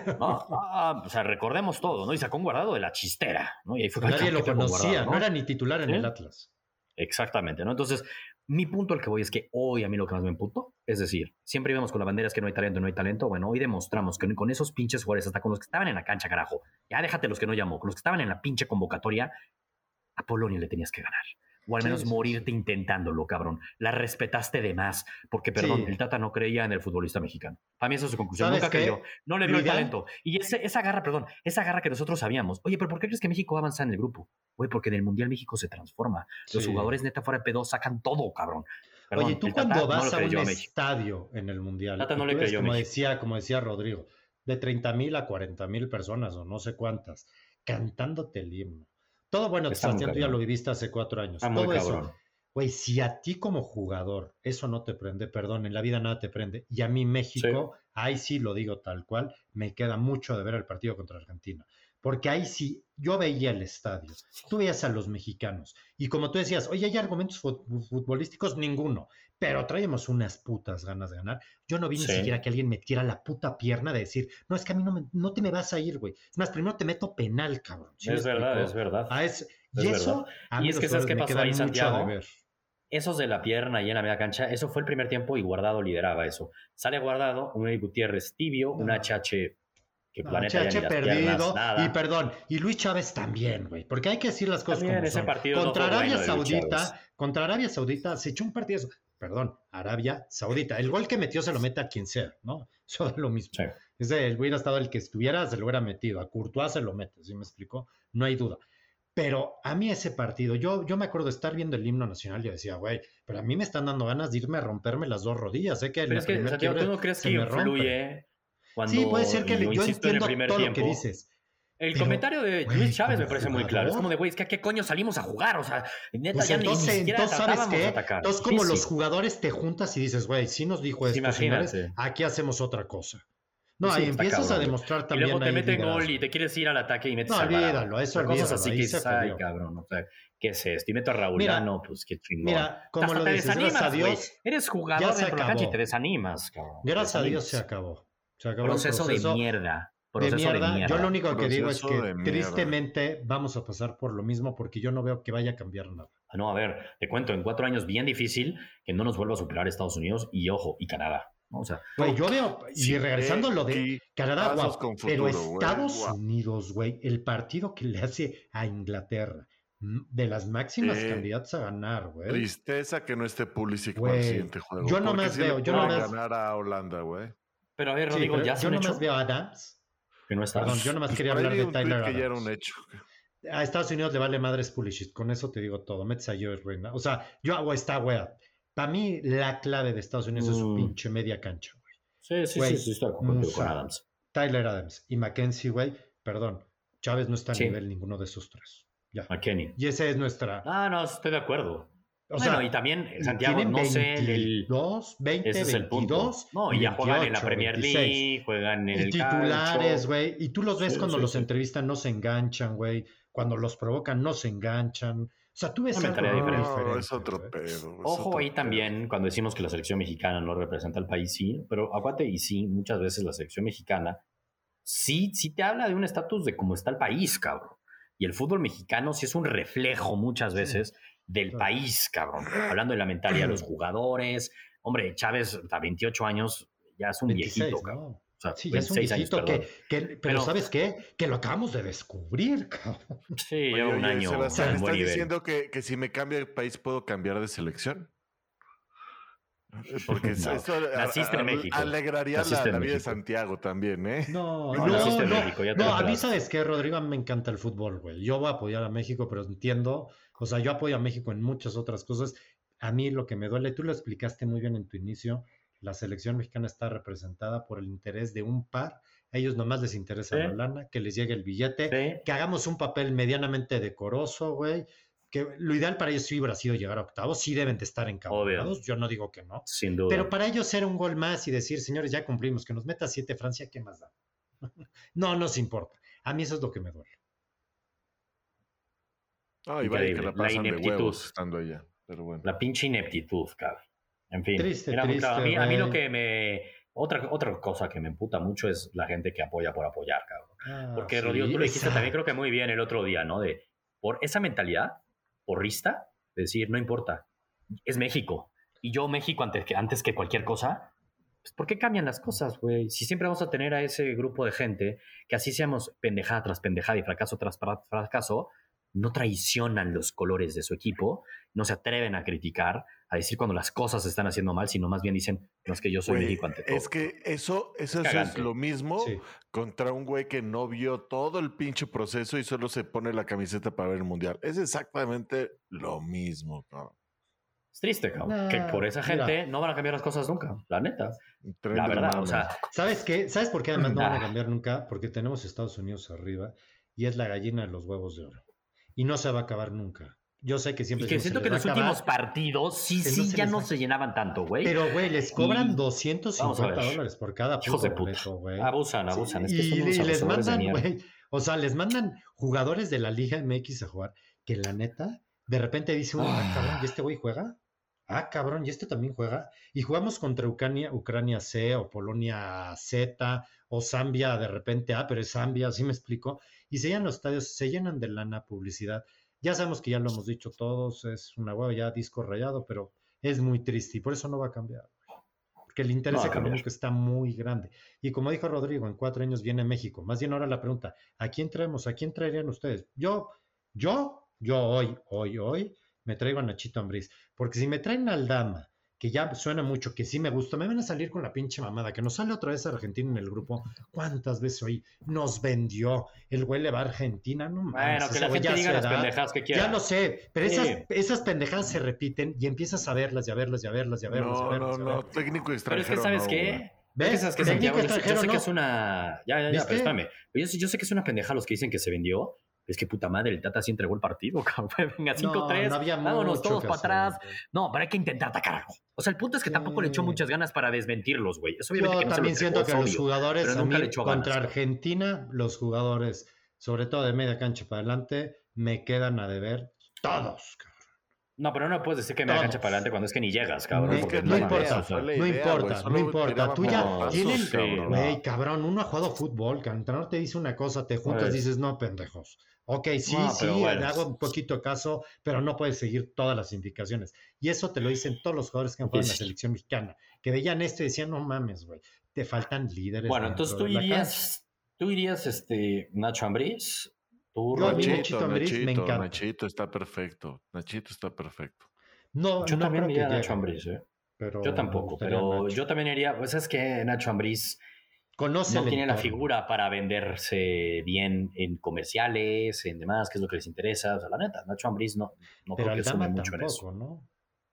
o sea, recordemos todo, ¿no? Y sacó un Guardado de la chistera, ¿no? Y ahí fue Nadie ay, lo qué pedo con conocía, Guardado, no era ni titular en ¿Sí? el Atlas. Exactamente, ¿no? Entonces, mi punto al que voy es que hoy a mí lo que más me emputó, es decir, siempre íbamos con la bandera es que no hay talento. Bueno, hoy demostramos que con esos pinches jugadores, hasta con los que estaban en la cancha, carajo, ya déjate los que no llamó, con los que estaban en la pinche convocatoria, a Polonia le tenías que ganar. O al menos Sí. morirte intentándolo, cabrón. La respetaste de más, porque, perdón, Sí. el Tata no creía en el futbolista mexicano. Para mí esa es su conclusión. ¿Sabes Nunca qué? creyó. No le vio el Ideal. talento. Y esa garra que nosotros sabíamos. Oye, pero ¿por qué crees que México va a avanzar en el grupo? Oye, porque en el Mundial México se transforma. Los Sí. jugadores neta fuera de pedo sacan todo, cabrón. Perdón, Oye, tú el Tata cuando no vas lo a un creyó a México. estadio en el Mundial, Tata no y le tú ves, creyó a México. como decía Rodrigo, de 30,000 a 40,000 personas o no sé cuántas, cantándote el himno. Todo bueno, Está muy Sebastián, tú ya cabrón. lo viviste hace 4 años. Está muy Todo cabrón. eso. Güey, si a ti como jugador eso no te prende, perdón, en la vida nada te prende, y a mí México, ahí sí lo digo tal cual, me queda mucho de ver el partido contra Argentina. Porque ahí sí, yo veía el estadio, tú veías a los mexicanos, y como tú decías, oye, ¿hay argumentos futbolísticos? Ninguno, pero traíamos unas putas ganas de ganar. Yo no vi ni Sí. siquiera que alguien metiera la puta pierna de decir, no, es que a mí no te me vas a ir, güey. Es más, primero te meto penal, cabrón. ¿Sí me Es verdad, explico? es verdad. Y Es eso, verdad. a Y mí es los que, ¿sabes jugadores qué me pasó quedan ahí, mucho Santiago? de ver. Esos de la pierna y en la media cancha, eso fue el primer tiempo y Guardado lideraba eso. Sale Guardado, un Eric Gutiérrez tibio, un No. HH que No, Planeta ya ni Cheche las perdido, piernas, nada. y perdón, y Luis Chávez también, güey, porque hay que decir las cosas También como ese son. partido no Contra fue Arabia bueno de Luis Chávez. Contra Arabia Saudita se echó un partido, perdón, Arabia Saudita, el gol que metió se lo mete a quien sea, ¿no? Eso es lo mismo. Sí. Hubiera estado el que estuviera, se lo hubiera metido, a Courtois se lo mete, ¿sí me explicó? No hay duda. Pero a mí ese partido, yo me acuerdo de estar viendo el himno nacional y yo decía, güey, pero a mí me están dando ganas de irme a romperme las dos rodillas, sé que Pero es que, Santiago, ¿tú no crees que influye cuando... Sí, puede ser que yo yo insisto en el entiendo primer todo lo tiempo, que dices. el pero, comentario de güey, Luis Chávez me como parece muy claro. Es jugador. como de, güey, es que ¿a qué coño salimos a jugar? O sea, neta, Pues ya entonces, ni siquiera ¿sabes tratábamos de qué? atacar. Entonces, como los Físico. jugadores te juntas y dices, güey, sí nos dijo Pues esto, señores, imagínate. aquí hacemos otra cosa. No, Sí, ahí está empiezas cabrón, a güey. demostrar Y también luego te ahí meten liderazgo. gol y te quieres ir al ataque y metes No, a Alvarado. olvídalo, eso O sea, cosas olvídalo, así ahí que se dices, ay, jodió. cabrón, o sea, ¿qué es esto? Y meto a Raulano, pues qué chingón. Mira, como Hasta lo te dices, gracias a desanimas, güey. Dios, Eres ya jugador se dentro de la cancha y acabó. te desanimas, cabrón. Gracias a Dios Desanimas. se acabó. Se acabó Proceso el proceso de mierda. de Proceso mierda. de mierda. Yo lo único que digo es Proceso que de mierda. tristemente vamos a pasar por lo mismo porque yo no veo que vaya a cambiar nada. No, a ver, te cuento, en 4 años bien difícil que no nos vuelva a superar Estados Unidos y, ojo, y Canadá. ¿no? O sea, Güey, yo veo, y Sí, regresando a lo de Canadá, pasos guau, con pero futuro, güey, Estados guau. Unidos, güey, el partido que le hace a Inglaterra, de las máximas candidatas a ganar, güey. Tristeza que no esté Pulisic Güey, para el siguiente juego. yo porque nomás sí veo, le yo pueden nomás- ganar a Holanda, güey. pero a ver, Sí, Rodrigo, pero ya se yo han nomás hecho veo a Adams. que no está. Perdón, yo nomás Pues quería por ahí hablar vi de un tweet Tyler que ya era Adams. un hecho. A Estados Unidos le vale madres Pulisic, con eso te digo todo. Metes a Joe Reina. O sea, yo hago esta wea. Para mí, la clave de Estados Unidos es su pinche media cancha, güey. Sí, Güey, estoy de acuerdo Musa, con Adams. Tyler Adams y Mackenzie, güey, perdón. Chávez no está a Sí. nivel ninguno de esos tres. Ya. McKennie. Y esa es nuestra. No, estoy de acuerdo. O Bueno, sea, y también, y Santiago, tienen no sé, 22, 20, ese es el punto. 22. No, y ya juegan en la 28, Premier 26. League, juegan en Y el titulares, calcio. güey. Y tú los ves Sí, cuando sí, los sí. entrevistan, no se enganchan, güey. Cuando los provocan, no se enganchan. O sea, tú ves Una algo mentalidad muy diferente. No, diferente. es otro güey. pedo. es Ojo otro ahí pedo. también, cuando decimos que la selección mexicana no representa al país, sí, pero acuérdate, y sí, muchas veces la selección mexicana sí te habla de un estatus de cómo está el país, cabrón. Y el fútbol mexicano sí es un reflejo muchas veces del Claro. país, cabrón. Hablando de la mentalidad de los jugadores. Hombre, Chávez, a 28 años, ya es un 26, viejito, cabrón. ¿no? O sea, Sí, ya es un 26 años, viejito perdón. pero Pero- ¿sabes qué? Que lo acabamos de descubrir, cabrón. Sí, Oye, lleva un año Sebastián, en buen ¿estás nivel. diciendo que si me cambio de país puedo cambiar de selección? Porque No, eso naciste en México. alegraría Naciste en la vida de México. Santiago también, ¿eh? No, No, no, naciste en no, México, ya te no, lo a mí aclaro. sabes qué, Rodrigo, a mí me encanta el fútbol, güey. Yo voy a apoyar a México, pero entiendo, o sea, yo apoyo a México en muchas otras cosas. A mí lo que me duele, tú lo explicaste muy bien en tu inicio, la selección mexicana está representada por el interés de un par. A ellos nomás les interesa Sí. la lana, que les llegue el billete, Sí. que hagamos un papel medianamente decoroso, güey. Que lo ideal para ellos sí hubiera sido llegar a octavos, sí deben de estar encabronados, yo no digo que no. Sin duda. Pero para ellos ser un gol más y decir, señores, ya cumplimos, que nos meta 7 Francia, ¿qué más da? No nos importa. A mí eso es lo que me duele. Ay, vaya que Increíble. la La pasan de ineptitud. huevos estando allá. Pero bueno. La pinche ineptitud, cabrón. En fin. Triste, Era muy triste, claro. A mí lo güey. que me... Otra cosa que me emputa mucho es la gente que apoya por apoyar, cabrón. Porque, sí, Rodrigo, tú lo dijiste esa- también creo que muy bien el otro día, ¿no? De por esa mentalidad porrista, de decir, no importa, es México. Y yo México antes que cualquier cosa, pues ¿por qué cambian las cosas, güey? Si siempre vamos a tener a ese grupo de gente que así seamos pendejada tras pendejada y fracaso tras fracaso, no traicionan los colores de su equipo, no se atreven a criticar, a decir cuando las cosas se están haciendo mal, sino más bien dicen, no es que yo soy Güey, México ante todo. es que eso es cagante. lo mismo Sí. contra un güey que no vio todo el pinche proceso y solo se pone la camiseta para ver el mundial. Es exactamente lo mismo, cabrón. Es triste, cabrón, Nah, que por esa gente mira. no van a cambiar las cosas nunca, la neta. Un tren La del verdad, mame. o sea, ¿Sabes qué? ¿Sabes por qué además no van a Ah. cambiar nunca? Porque tenemos Estados Unidos arriba y es la gallina de los huevos de oro. Y no se va a acabar nunca. Yo sé que siempre y que decimos, siento se que en les los va a acabar, últimos partidos sí ya les no va- se llenaban tanto, güey. Pero, güey, les cobran Y- $250 Vamos a ver. dólares por cada Hijos de puto puta. boleto, güey. Abusan. Es que son Y unos les abusadores de mandan, mierda. güey, o sea, les mandan jugadores de la Liga MX a jugar, que la neta, de repente dice uno, cabrón, ¿y este güey juega? Cabrón, ¿y este también juega? Y jugamos contra Ucrania C o Polonia Z o Zambia de repente, pero es Zambia, así me explico. Y se llenan los estadios, se llenan de lana, publicidad. Ya sabemos que ya lo hemos dicho todos, es una hueva ya disco rayado, pero es muy triste y por eso no va a cambiar. Porque porque el interés económico está muy grande. Y como dijo Rodrigo, en 4 años viene México. Más bien ahora la pregunta, ¿a quién traemos? ¿A quién traerían ustedes? Yo hoy me traigo a Nachito Ambriz, porque si me traen a Aldama, que ya suena mucho, que sí me gusta, me van a salir con la pinche mamada, que nos sale otra vez Argentina en el grupo. ¿Cuántas veces hoy nos vendió? El güey le va a Argentina, no mames. Bueno, que la gente diga las pendejadas que quiera. Ya lo sé, pero esas pendejadas se repiten y empiezas a verlas, y a verlas, y a verlas, y a verlas. No, técnico extranjero. Pero es que, ¿sabes qué? ¿Ves? ¿Sabes qué, Santiago? Yo sé que es una... Ya, pero espérame. Yo sé que es una pendeja los que dicen que se vendió. Es que puta madre, el Tata sí entregó el partido, cabrón. Venga, 5-3, vámonos todos para atrás. No, pero hay que intentar atacar algo. O sea, el punto es que tampoco le echó muchas ganas para desmentirlos, güey. Eso obviamente yo que no también se lo siento que los jugadores, pero nunca le echó contra ganas. Argentina, los jugadores, sobre todo de media cancha para adelante, me quedan a deber todos, cabrón. No, pero no puedes decir que media cancha para adelante cuando es que ni llegas, cabrón. No importa. Tú ya tienen, güey, cabrón, uno ha jugado fútbol, que el entrenador te dice una cosa, te juntas y dices, no, pendejos. Ok, sí, le hago un poquito caso, pero no puedes seguir todas las indicaciones. Y eso te lo dicen todos los jugadores que han jugado en la selección mexicana, que veían esto y decían, no mames, güey, te faltan líderes. Bueno, entonces tú irías, Nacho Ambriz. Nachito Ambriz me encanta. Nachito está perfecto. No, yo no también creo iría que Nacho Ambriz, yo tampoco, pero yo también iría, pues es que Nacho Ambriz no tiene la figura para venderse bien en comerciales, en demás, que es lo que les interesa. O sea, la neta, Nacho Ambriz no creo que sume mucho en eso. ¿No?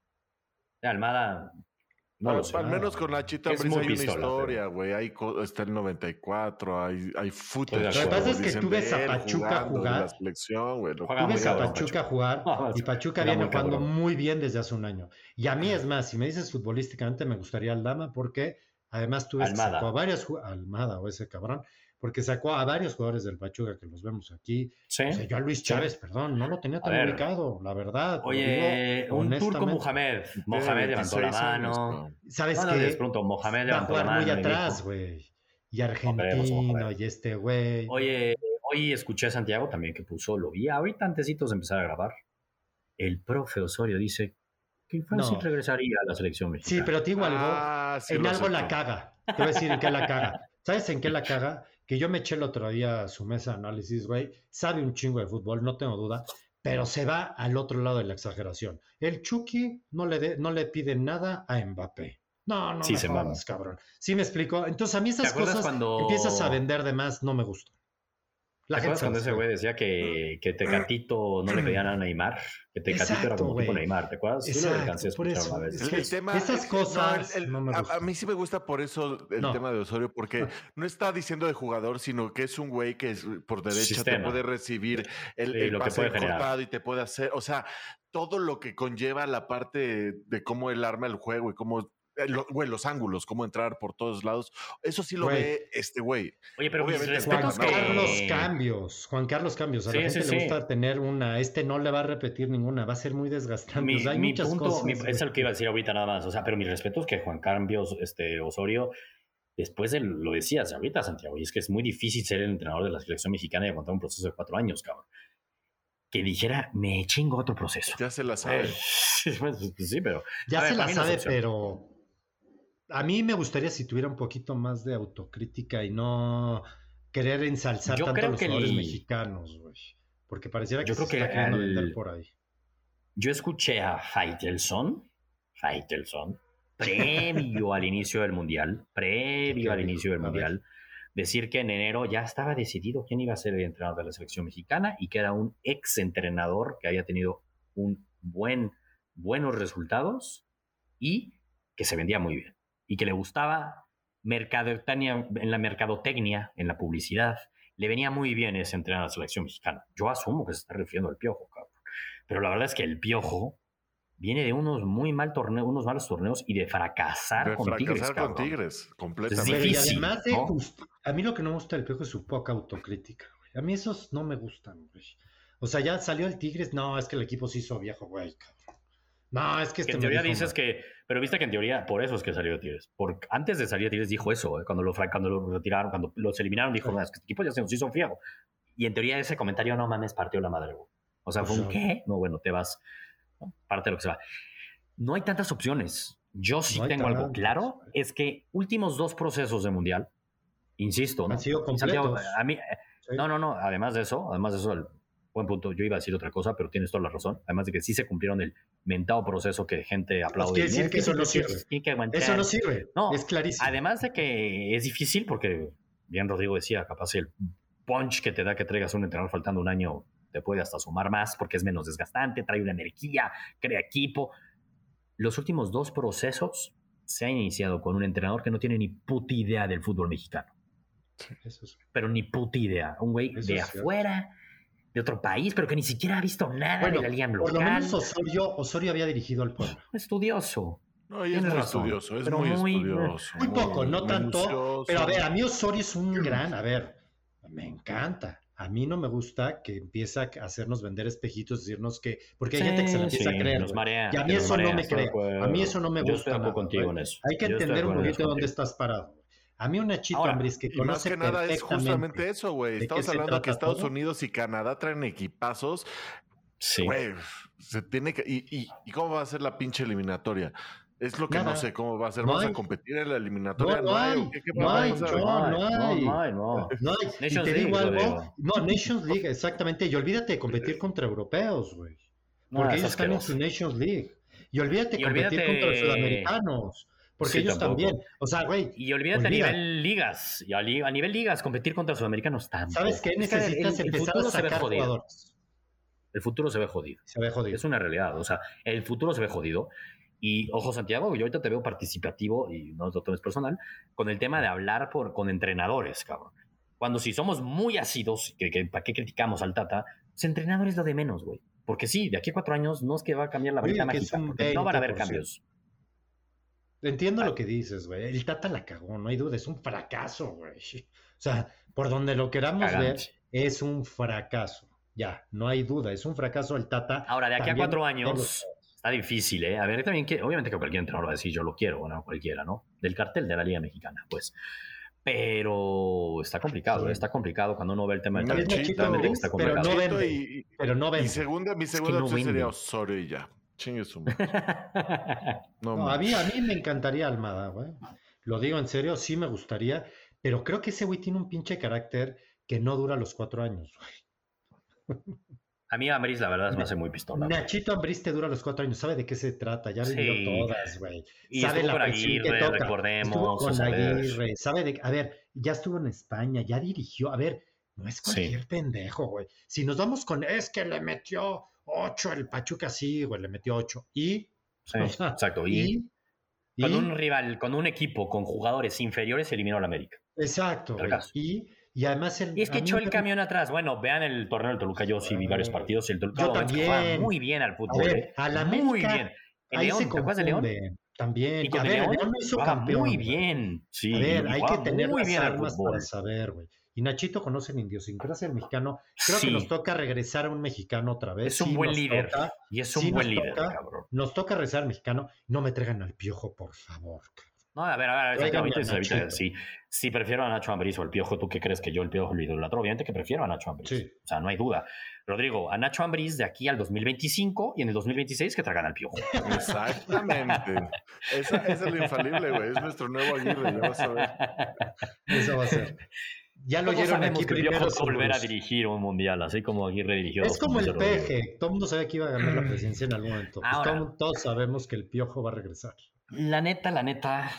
Almada, no lo sé. Al menos con Nachito Ambriz hay una historia, güey. Ahí está el 94, hay fútbol. Lo que pasa es que tú ves a Pachuca jugar. La selección, güey. Tú ves a Pachuca jugar y Pachuca viene jugando muy bien desde hace un año. Y a mí, es más, si me dices futbolísticamente, me gustaría Aldama porque además tú ves que sacó a varios Almada o ese cabrón, porque sacó a varios jugadores del Pachuca que los vemos aquí. Sí. O sea, yo a Luis Chávez, perdón, no lo tenía tan ubicado, la verdad. Oye, un turco Mohamed levantó la mano. ¿Sabes qué? Pronto, Mohamed levantó la mano. Va a jugar muy atrás, güey. Y argentino, y este güey. Oye, hoy escuché a Santiago también que lo vi ahorita antesitos de empezar a grabar. El profe Osorio dice que fácil regresaría a la selección mexicana. Sí, pero te digo algo, en algo la caga. Te voy a decir en qué la caga. ¿Sabes en qué la caga? Que yo me eché el otro día a su mesa de análisis, güey. Sabe un chingo de fútbol, no tengo duda, pero se va al otro lado de la exageración. El Chucky no le pide nada a Mbappé. No sí, me jodas, cabrón. ¿Sí me explico? Entonces a mí esas cosas empiezas a vender de más, no me gustan. ¿Te acuerdas cuando ese güey decía que Tecatito no le pedían a Neymar? Que Tecatito era como tipo Neymar, ¿te acuerdas? Sí, lo alcancé a escuchar una vez. El tema, esas cosas no me gustan. A mí sí me gusta por eso el tema de Osorio, porque no está diciendo de jugador, sino que es un güey que por derecha te puede recibir el pase cortado y te puede hacer, o sea, todo lo que conlleva la parte de cómo él arma el juego y cómo... los ángulos, cómo entrar por todos lados. Eso sí lo ve este güey. Oye, pero obviamente Juan Carlos Cambios. A la gente le gusta tener una. No le va a repetir ninguna. Va a ser muy desgastante. Hay muchas cosas. Es lo que iba a decir ahorita nada más. O sea, pero mi respeto es que Juan Cambios, Osorio, después lo decías ahorita, Santiago, y es que es muy difícil ser el entrenador de la selección mexicana y aguantar un proceso de 4 años, cabrón. Que dijera, me chingo otro proceso. Ya se la sabe. Sí, pero... Ya se la sabe, pero... A mí me gustaría si tuviera un poquito más de autocrítica y no querer ensalzar tanto a los jugadores mexicanos, güey. Porque pareciera que se está queriendo vender por ahí. Yo escuché a Faitelson, previo al inicio del Mundial, decir que en enero ya estaba decidido quién iba a ser el entrenador de la selección mexicana y que era un ex entrenador que había tenido buenos resultados y que se vendía muy bien. Y que le gustaba en la mercadotecnia, en la publicidad. Le venía muy bien ese entrenador de la selección mexicana. Yo asumo que se está refiriendo al Piojo, cabrón. Pero la verdad es que el Piojo viene de unos malos torneos y de fracasar con Tigres, cabrón. Con Tigres, completamente. Es difícil, y además a mí lo que no me gusta del Piojo es su poca autocrítica, güey. A mí esos no me gustan, güey. O sea, ya salió el Tigres, no, es que el equipo se hizo viejo, güey, cabrón. No, es que en teoría dices que... Pero viste que en teoría por eso es que salió de Tigres. Porque antes de salir de Tigres dijo eso, cuando lo retiraron, cuando los eliminaron, dijo, es que este equipo ya se nos hizo viejo. Y en teoría ese comentario, no mames, partió la madre, güey. O sea, fue un ¿qué? No, bueno, te vas. ¿No? Parte de lo que se va. No hay tantas opciones. Yo sí No hay tengo algo tantos. claro, es que últimos 2 procesos de mundial, insisto, ¿no? Han sido Santiago, completos. a mí, Sí. no, además de eso, buen punto, yo iba a decir otra cosa, pero tienes toda la razón, además de que sí se cumplieron el mentado proceso que gente aplaude. quiere decir que eso no Sí, sirve. tiene que aguantar. Eso no sirve. No, Es clarísimo. además de que es difícil, porque bien Rodrigo decía, capaz el punch que te da que traigas un entrenador faltando un año te puede hasta sumar más, porque es menos desgastante, trae una energía, crea equipo. Los últimos 2 procesos se han iniciado con un entrenador que no tiene ni puta idea del fútbol mexicano. Eso es. Pero ni puta idea. Un güey Eso de es cierto. afuera, de otro país, pero que ni siquiera ha visto nada de la liga por lo local. menos Osorio había dirigido al Puebla. Estudioso. No, y es Tienes muy razón, estudioso, es pero muy muy- estudioso. Muy poco, no tanto. minucioso. Pero a ver, a mí Osorio es un gran, a ver, me encanta. A mí no me gusta que empieza a hacernos vender espejitos, decirnos que, porque hay gente que se la empieza a creer. Nos güey. marea, Y a mí que nos eso no marea, me estoy de creo. acuerdo. A mí eso no me Yo estoy gusta de acuerdo nada, contigo güey. en eso. Hay que Yo estoy de entender un acuerdo en poquito eso dónde contigo. estás parado. Güey. A mí un Nachito Ahora, Ambriz que Y más conoce que nada es perfectamente justamente eso, güey. de qué Estamos se hablando que trata Estados todo. Unidos y Canadá traen equipazos. Sí. Güey, se tiene que. ¿Y cómo va a ser la pinche eliminatoria? Es lo que Nada. no sé cómo va a ser. No ¿Vamos hay. a competir en la eliminatoria? No hay. ¿O qué No va a hay, pasar? John. No hay. No. No hay. Y Nations te League, digo algo. Rodrigo. No, Nations League, exactamente. Y olvídate de competir contra europeos, güey. No, Porque es ellos están en asqueroso. su Nations League. Y olvídate de Y competir olvídate- contra los sudamericanos. Porque Sí, ellos tampoco. también. O sea, güey. Y olvídate olvida. a nivel ligas. Y a nivel ligas, competir contra sudamericanos tampoco. ¿Sabes qué? Es que Necesitas el empezar a futuro se ve sacar jodido. jugadores. El futuro se ve jodido. Se ve jodido. Es una realidad. O sea, el futuro se ve jodido. Y ojo, Santiago, yo ahorita te veo participativo, y no lo tomes personal, con el tema de hablar con entrenadores, cabrón. Cuando si somos muy ácidos, ¿para qué criticamos al Tata? Pues entrenador es lo de menos, güey. Porque sí, de aquí a 4 años no es que va a cambiar la Oye, varita que es mágica, un porque no van a haber 20%. cambios. Entiendo lo que dices, güey. El Tata la cagó, no hay duda. Es un fracaso, güey. O sea, por donde lo queramos Cagante. ver, es un fracaso. Ya, no hay duda. Es un fracaso el Tata. Ahora, de aquí a También 4 años está difícil, ¿eh? A ver, también obviamente que cualquier entrenador va a decir yo lo quiero, bueno, cualquiera, ¿no? Del cartel de la Liga Mexicana, pues. Pero está complicado, Sí. está complicado cuando uno ve el tema del Nachito, talento. Nachito, Realmente está pero complicado. no Nachito vende. Pero no mi vende. segunda no opción vende. sería Osorio y ya. Chingue su madre. No, No, a mames. mí me encantaría Almada, güey. Lo digo en serio, sí me gustaría. Pero creo que ese güey tiene un pinche carácter que no dura los 4 años, güey. A mí Ambriz, la verdad, me hace muy pistola. Nachito Ambriz te dura los 4 años, sabe de qué se trata, ya vivió Sí. todas, güey. Y Sabe estuvo la con presión que Aguirre, toca. recordemos, Estuvo con o sea, a ver. Aguirre, sabe de, a ver, ya estuvo en España, ya dirigió, a ver, no es cualquier pendejo, güey. Si nos vamos con, es que le metió 8 el Pachuca, sí, güey, le metió 8. Y, Sí, o sea, exacto. y, Con un rival, con un equipo con jugadores inferiores, eliminó al América. exacto, güey. Fracaso. Y además Y es que a mí echó me- el camión atrás. Bueno, vean el torneo del Toluca. Yo sí vi varios partidos. Y el Toluca Yo momentos que juega también. muy bien al A fútbol. ver, a la América, muy bien. El ahí León, se ¿te acuerdas de León? confunde. También. Y con A el ver, León, León no hizo jugaba campeón. muy güey. bien. Sí, A ver, y hay jugaba que tener muy las bien al armas fútbol. para saber, güey. Y Nachito conoce la idiosincrasia del mexicano. Creo que Sí. nos toca regresar a un mexicano otra vez. Es un Sí, buen nos líder. toca, Y es un sí buen nos líder, toca. cabrón. Nos toca regresar al mexicano. No me traigan al Piojo, por favor. No, a ver, Tráiganme ahorita, a ahorita, Nachito. si prefiero a Nacho Ambriz o al Piojo, ¿tú qué crees que yo el Piojo lo idolatro? Obviamente que prefiero a Nacho Ambriz. Sí. O sea, no hay duda. Rodrigo, a Nacho Ambriz de aquí al 2025 y en el 2026 que traigan al Piojo. Exactamente. Esa es lo infalible, güey. Es nuestro nuevo Aguirre, ya vas a ver. Eso va a ser. Ya lo Todos oyeron sabemos aquí que el Piojo primero. va a volver a seguros. dirigir un mundial, así como Aguirre dirigió. Es como el dos, Rodrigo. peje. Todo el mundo sabía que iba a ganar la presidencia en algún momento. Pues Ahora. todos sabemos que el Piojo va a regresar. La neta,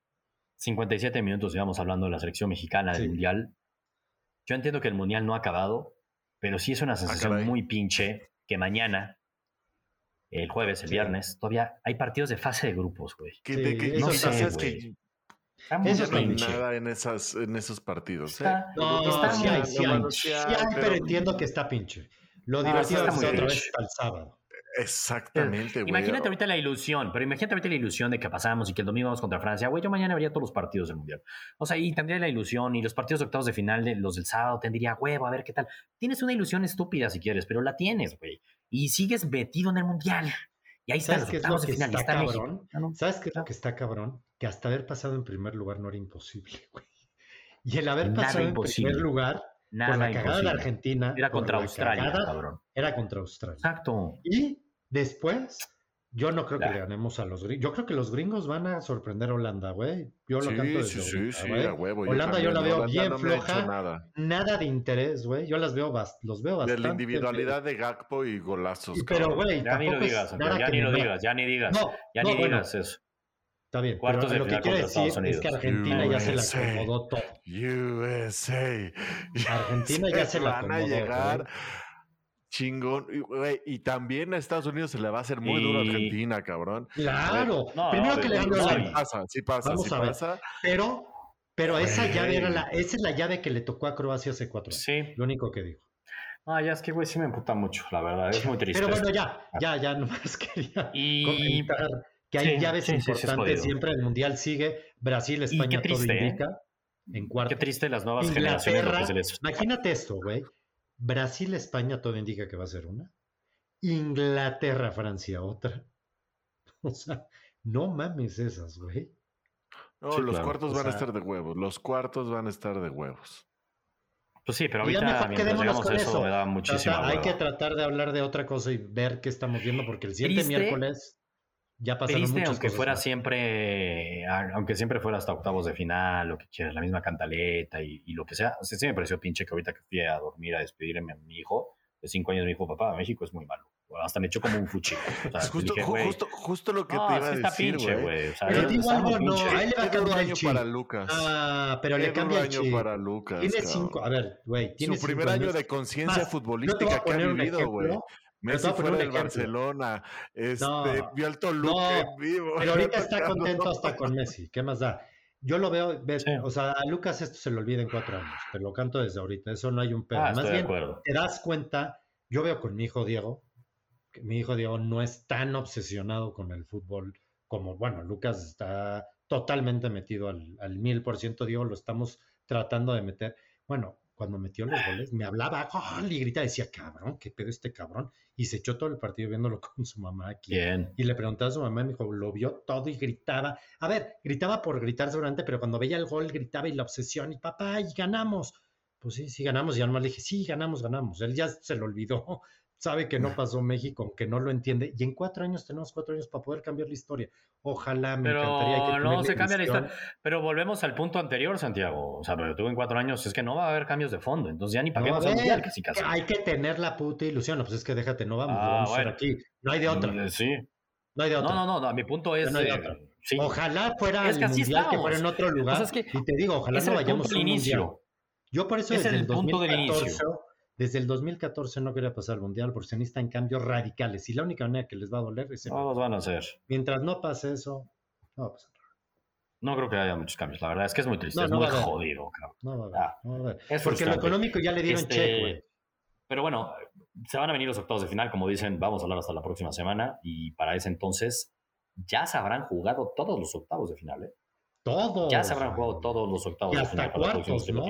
57 minutos llevamos hablando de la selección mexicana del Sí. mundial. Yo entiendo que el mundial no ha acabado, pero sí es una sensación caray. muy pinche que mañana, el jueves, el Sí. viernes, todavía hay partidos de fase de grupos, güey. Que, Sí, de que, eso no sí, sabes güey. que Está muy Eso no está hay pinche. nada en esos partidos. Está- No, está sí muy hay, sí hay. pinche. Sí hay, pero entiendo que está pinche. Lo No, divertido está es muy otra pinche. vez hasta el sábado. Exactamente, güey. Imagínate ahorita la ilusión, pero imagínate ahorita la ilusión de que pasamos y que el domingo vamos contra Francia. Güey, yo mañana vería todos los partidos del Mundial. O sea, y tendría la ilusión y los partidos de octavos de final, los del sábado, tendría huevo, a ver qué tal. Tienes una ilusión estúpida si quieres, pero la tienes, güey. Y sigues metido en el Mundial. Y ahí están ¿Sabes los qué es lo octavos de que final. Y está está cabrón? México. Ah, no. ¿Sabes qué es lo que está cabrón? Que hasta haber pasado en primer lugar no era imposible, güey. Y el haber Nada pasado imposible. en primer lugar Nada por la cagada de imposible. Argentina. Era por contra la Australia, cagada, cabrón. Era contra Australia. Exacto. Y después Yo no creo que le ganemos a los gringos. Yo creo que los gringos van a sorprender a Holanda, güey. Yo lo canto desde ahorita, güey. A huevo. Holanda yo la veo Holanda bien no me ha hecho floja. Nada de interés, güey. Yo los veo bastante. De la individualidad de Gakpo y golazos. Pero, güey, ya ni lo digas, ya ni lo digas, ya ni digas. Ya ni digas eso. Está bien. Cuartos de lo que final quiero contra decir Estados Unidos. es que Argentina ya se la acomodó todo. USA. Argentina ya se la acomodó. Van a llegar chingón. Y también a Estados Unidos se le va a hacer muy duro a Argentina, cabrón. Claro. Primero que le gane Holanda. Sí pasa. Pero esa llave esa es la llave que le tocó a Croacia hace 4 años. Sí. Lo único que digo. Ya es que, güey, sí me emputa mucho, la verdad. Es muy triste. Pero bueno, ya nomás quería comentar que hay llaves importantes siempre. El Mundial sigue. Brasil, España, todo indica. En cuarto. Qué triste las nuevas generaciones. Imagínate esto, güey. Brasil, España, todo indica que va a ser una. Inglaterra, Francia, otra. O sea, no mames esas, güey. No, los cuartos van a estar de huevos. Los cuartos van a estar de huevos. Pues sí, pero ahorita mientras llegamos a eso me da muchísima hueva. Hay que tratar de hablar de otra cosa y ver qué estamos viendo, porque el siguiente miércoles ya pasaron muchas aunque cosas. Fuera siempre, aunque siempre fuera hasta octavos de final, lo que quieras, la misma cantaleta y lo que sea. O sea, sí me pareció pinche que ahorita que fui a dormir a despedirme a mi hijo de 5 años, me dijo, papá, México es muy malo. Hasta me echó como un fuchi. O sea, justo lo que te iba a decir, güey. O sea, pero digo algo, no, ahí le va a cambiar el chip. Para Lucas. Pero le cambia el chip. Para Lucas. Tiene 5, a ver, güey. Su primer año de conciencia futbolística que ha vivido, güey. Messi fuera del Barcelona, vio al Toluca en vivo. Pero ahorita está contento hasta con Messi. ¿Qué más da? Yo lo veo, o sea, a Lucas esto se le olvida en 4 años. Te lo canto desde ahorita. Eso no hay un pedo. Más bien, te das cuenta. Yo veo con mi hijo Diego. Mi hijo Diego no es tan obsesionado con el fútbol como, bueno, Lucas está totalmente metido al 1000%. Diego lo estamos tratando de meter. Bueno, cuando metió los goles, me hablaba ¡gol! Y gritaba, decía, cabrón, ¿qué pedo este cabrón? Y se echó todo el partido viéndolo con su mamá aquí. Bien. Y le preguntaba a su mamá, me dijo, lo vio todo y gritaba. A ver, gritaba por gritar seguramente, pero cuando veía el gol gritaba y la obsesión, y papá, y ganamos. Pues sí ganamos. Y además le dije, sí, ganamos. Él ya se lo olvidó. Sabe que no pasó México, que no lo entiende. Y en 4 años tenemos 4 años para poder cambiar la historia. Ojalá me encantaría. Pero no se cambia la historia. Pero volvemos al punto anterior, Santiago. O sea, pero tú en 4 años es que no va a haber cambios de fondo. Entonces ya ni para qué vamos al mundial, casi. Hay que tener la puta ilusión. No, pues es que déjate, no vamos. Vamos a estar aquí. No hay de otra. Sí. No hay de otra. No. Mi punto es. No hay de otra. Sí. Ojalá fuera el mundial que fuera en otro lugar. O sea, es que y te digo, ojalá no vayamos a un mundial. Yo por eso desde el 2014. Desde el 2014 no quería pasar al mundial porque se necesitan cambios radicales y la única manera que les va a doler es no los van a hacer. Mientras no pase eso, no va a pasar. No creo que haya muchos cambios, la verdad es que es muy triste, es muy jodido, cabrón. No va a haber. Porque lo económico ya le dieron check, güey. Pero bueno, se van a venir los octavos de final, como dicen, vamos a hablar hasta la próxima semana y para ese entonces ya se habrán jugado todos los octavos de final, ¿eh? Todos. Ya se habrán jugado todos los octavos de final. Y hasta cuartos, ¿no?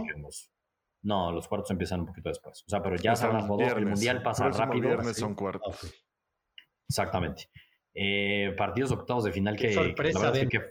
No, los cuartos empiezan un poquito después. O sea, pero ya se habrán jugado. El mundial pasa rápido. Viernes son cuartos. Okay. Exactamente. Partidos octavos de final que... sorpresa,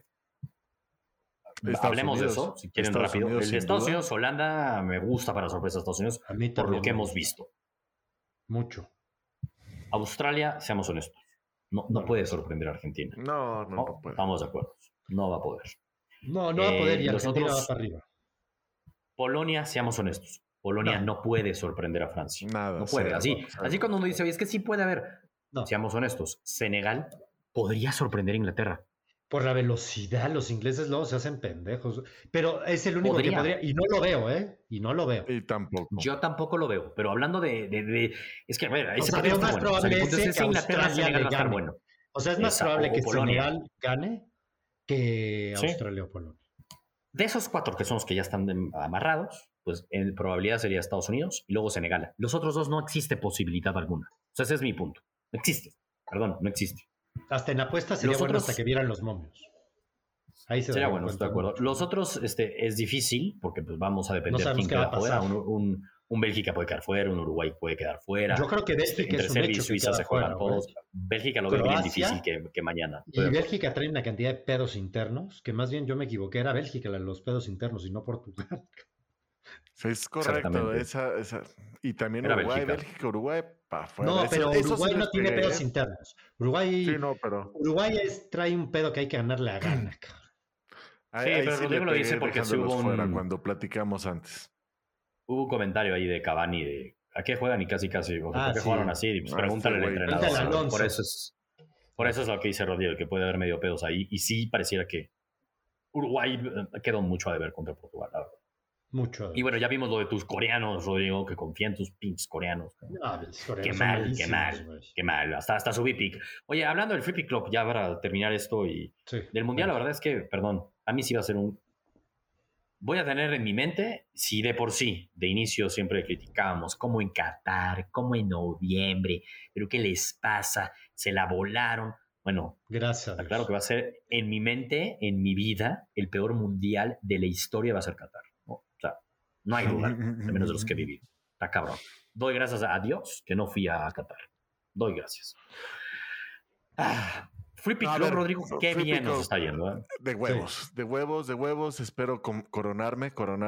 hablemos de eso, si quieren rápido. El de Estados Unidos, Holanda, me gusta para sorpresa Estados Unidos, por lo que hemos visto. Mucho. Australia, seamos honestos, no puede sorprender a Argentina. No puede. Estamos de acuerdo. No va a poder. No va a poder y Argentina va para arriba. Polonia, seamos honestos. Polonia no puede sorprender a Francia. Nada. No puede. Así cuando uno dice, oye, es que sí puede haber. No. Seamos honestos. Senegal podría sorprender a Inglaterra. Por la velocidad, los ingleses luego se hacen pendejos. Pero es el único que podría. Y no lo veo, ¿eh? Y no lo veo. Y tampoco. Yo tampoco lo veo. Pero hablando de es que, a ver, ese partido está bueno. Probable es que Inglaterra, Senegal va a estar bueno. O sea, es más probable que Senegal gane que Australia o Polonia. De esos 4 que son los que ya están amarrados, pues en probabilidad sería Estados Unidos y luego Senegal. Los otros 2 no existe posibilidad alguna. O sea, ese es mi punto. No existe. Perdón, no existe. Hasta en apuestas sería bueno hasta que vieran los momios. Ahí sería bueno, estoy de acuerdo. Los otros es difícil porque pues vamos a depender de quién queda fuera. Un Bélgica puede quedar fuera, un Uruguay puede quedar fuera. Yo creo que Bélgica entre Serbia y Suiza se juegan todos. Bélgica lo veo bien difícil que mañana. Y Bélgica trae una cantidad de pedos internos, que más bien yo me equivoqué, era Bélgica los pedos internos y no Portugal. Es correcto, esa. Y también Uruguay, Bélgica, Uruguay, para afuera. No, pero Uruguay sí no tiene pegué, pedos internos. Uruguay, Sí, no, pero Uruguay trae un pedo que hay que ganarle a Ghana, cabrón. Sí, pero Rodrigo lo dice porque sí dejándolos hubo fuera cuando platicamos antes. Hubo un comentario ahí de Cavani de ¿a qué juegan? Y casi, o ¿por qué sí. jugaron así? Pues pregúntale al güey. entrenador. Pregúntale a ¿no? Alonso. Por eso es lo que dice Rodrigo, que puede haber medio pedos ahí. Y sí pareciera que Uruguay quedó mucho a deber contra Portugal, la verdad. Mucho. Y bueno, ya vimos lo de tus coreanos, Rodrigo, que confía en tus pinches coreanos. No, los coreanos Qué son mal, malísimos, güey. qué mal. Hasta subí pick. Oye, hablando del Free Pick Club, ya para terminar esto y Sí. del Mundial, la verdad es que, perdón, a mí sí va a ser voy a tener en mi mente, si de por sí, de inicio siempre criticábamos, como en Qatar, como en noviembre, pero ¿qué les pasa? Se la volaron. Bueno, Gracias. está claro que va a ser, en mi mente, en mi vida, el peor mundial de la historia va a ser Qatar, ¿no? O sea, no hay duda, al menos de los que he vivido. Está cabrón. Doy gracias a Dios que no fui a Qatar. Doy gracias. Free Pick Club, Rodrigo, qué bien nos está yendo. ¿Eh? De huevos. Espero coronarme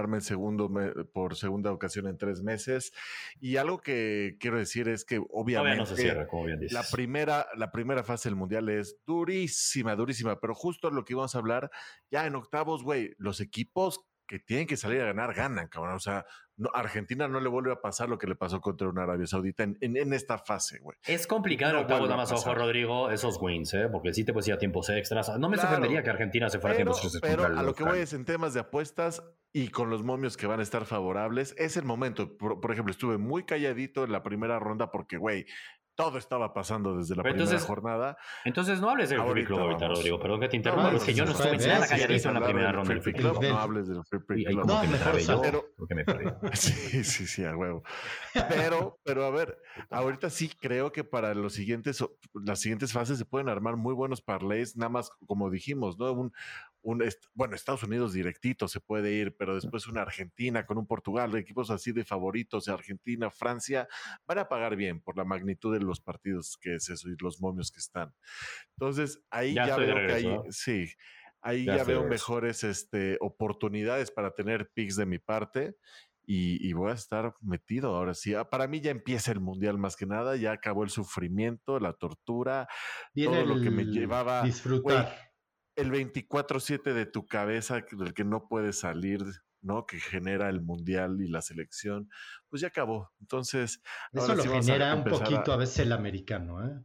por segunda ocasión en 3 meses. Y algo que quiero decir es que obviamente no se cierra, como bien dices. la primera fase del Mundial es durísima, pero justo lo que íbamos a hablar, ya en octavos, güey, los equipos que tienen que salir a ganar, ganan, cabrón. O sea, Argentina no le vuelve a pasar lo que le pasó contra una Arabia Saudita en esta fase, güey. Es complicado en octavos, nada más, ojo, Rodrigo, esos wins, porque sí te puedes ir a tiempos extras. No me sorprendería que Argentina se fuera a tiempos extras. Pero a lo que voy es en temas de apuestas y con los momios que van a estar favorables, es el momento. Por ejemplo, estuve muy calladito en la primera ronda porque, güey, todo estaba pasando desde la primera jornada. Entonces no hables del Free Pick Club ahorita, Rodrigo. Perdón que te interrumpa, es que yo no estuve nada calladito en la primera ronda del Free Pick Club. No hables del Free Pick Club. No, porque me perdí. Sí, a huevo. Pero a ver, ahorita sí creo que para las siguientes fases se pueden armar muy buenos parlays, nada más como dijimos, ¿no? Bueno, Estados Unidos directito se puede ir, pero después una Argentina con un Portugal, equipos así de favoritos, Argentina, Francia, van a pagar bien por la magnitud de los partidos que es eso y los momios que están. Entonces, ahí ya veo que ahí, sí, ahí ya veo mejores oportunidades para tener picks de mi parte. Y voy a estar metido ahora sí. Para mí ya empieza el Mundial más que nada, ya acabó el sufrimiento, la tortura, todo lo que me llevaba. Disfrutar. Wey, el 24/7 de tu cabeza, del que no puedes salir, ¿no? Que genera el Mundial y la selección, pues ya acabó. Entonces, eso lo genera un poquito a veces el americano, ¿eh?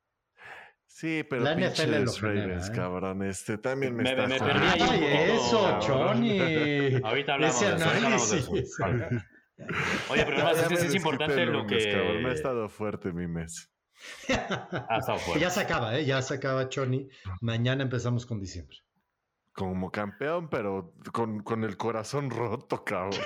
Sí, pero la pinches Ravens, cabrón, también me está perdí ahí un eso, Johnny. Ahorita hablamos de eso. Oye, pero además es importante lo que... Cabrón, me ha estado fuerte mi mes. Ha estado fuerte. Ya se acaba, Johnny. Mañana empezamos con diciembre. Como campeón, pero con el corazón roto, cabrón.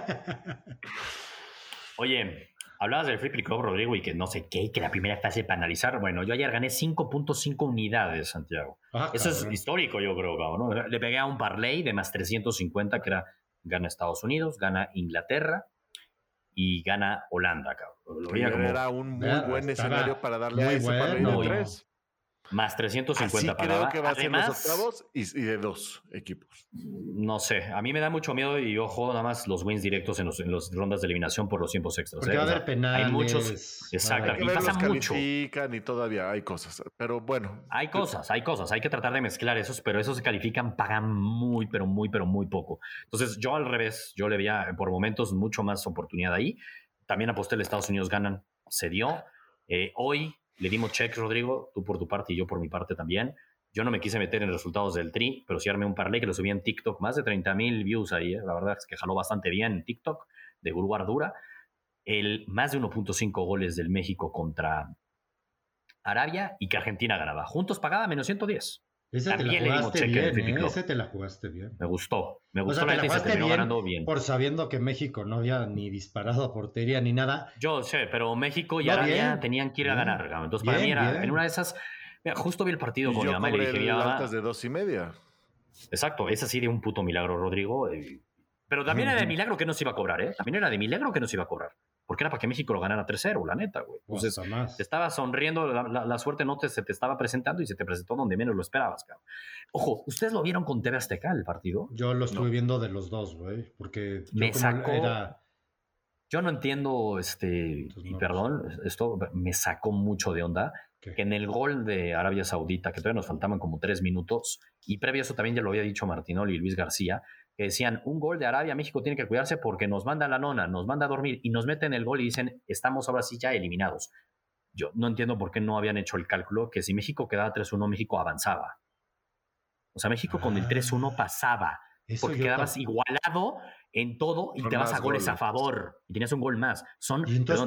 Oye, hablabas del Free Pick Club, Rodrigo, y que no sé qué, que la primera fase para analizar. Bueno, yo ayer gané 5.5 unidades, Santiago. Eso es histórico, yo creo, cabrón, ¿no? Le pegué a un parlay de más 350, que era gana Estados Unidos, gana Inglaterra y gana Holanda, cabrón. Era un muy buen escenario para darle a ese parlay de 3. Más 350 para creo que va a ser los octavos y de 2 equipos. No sé, a mí me da mucho miedo y ojo, nada más los wins directos en las rondas de eliminación por los tiempos extras. Porque va a haber penales. Hay muchos, exacto, y pasa mucho. Y todavía hay cosas, pero bueno. Hay cosas, hay que tratar de mezclar esos, pero esos se califican, pagan muy poco. Entonces yo al revés, yo le veía por momentos mucho más oportunidad ahí. También aposté el Estados Unidos ganan, se dio. Hoy le dimos check, Rodrigo, tú por tu parte y yo por mi parte también. Yo no me quise meter en resultados del Tri, pero sí armé un parlay que lo subí en TikTok. Más de 30,000 views ahí. La verdad es que jaló bastante bien en TikTok, de Gurú Ardura. Más de 1.5 goles del México contra Arabia y que Argentina ganaba. Juntos pagaba menos 110. Ese te la jugaste bien, ese te la jugaste bien. Me gustó o sea, la gente se terminó ganando bien. Por sabiendo que México no había ni disparado a portería ni nada. Yo sé, pero México y Arabia tenían que ir a ganar. Entonces para mí era en una de esas... Mira, justo vi el partido con mi mamá y le dije... altas de 2.5. Exacto, es así de un puto milagro, Rodrigo. Pero también era de milagro que no se iba a cobrar, ¿eh? También era de milagro que no se iba a cobrar. Porque era para que México lo ganara 3-0, la neta, güey. Entonces, te estaba sonriendo, la suerte no se te estaba presentando y se te presentó donde menos lo esperabas, cabrón. Ojo, ¿ustedes lo vieron con TV Azteca, el partido? Yo lo estuve viendo de los dos, güey, porque me sacó... Yo no entiendo, y perdón, esto me sacó mucho de onda, ¿Qué? que en el gol de Arabia Saudita, que todavía nos faltaban como 3 minutos, y previo a eso también ya lo había dicho Martinoli y Luis García, que decían, un gol de Arabia, México tiene que cuidarse porque nos manda a la nona, nos manda a dormir, y nos meten el gol y dicen, estamos ahora sí ya eliminados. Yo no entiendo por qué no habían hecho el cálculo que si México quedaba 3-1, México avanzaba. O sea, México con el 3-1 pasaba, porque quedabas igualado en todo y Con te vas a más goles a goles. favor y tenías un gol más. Son Y entonces,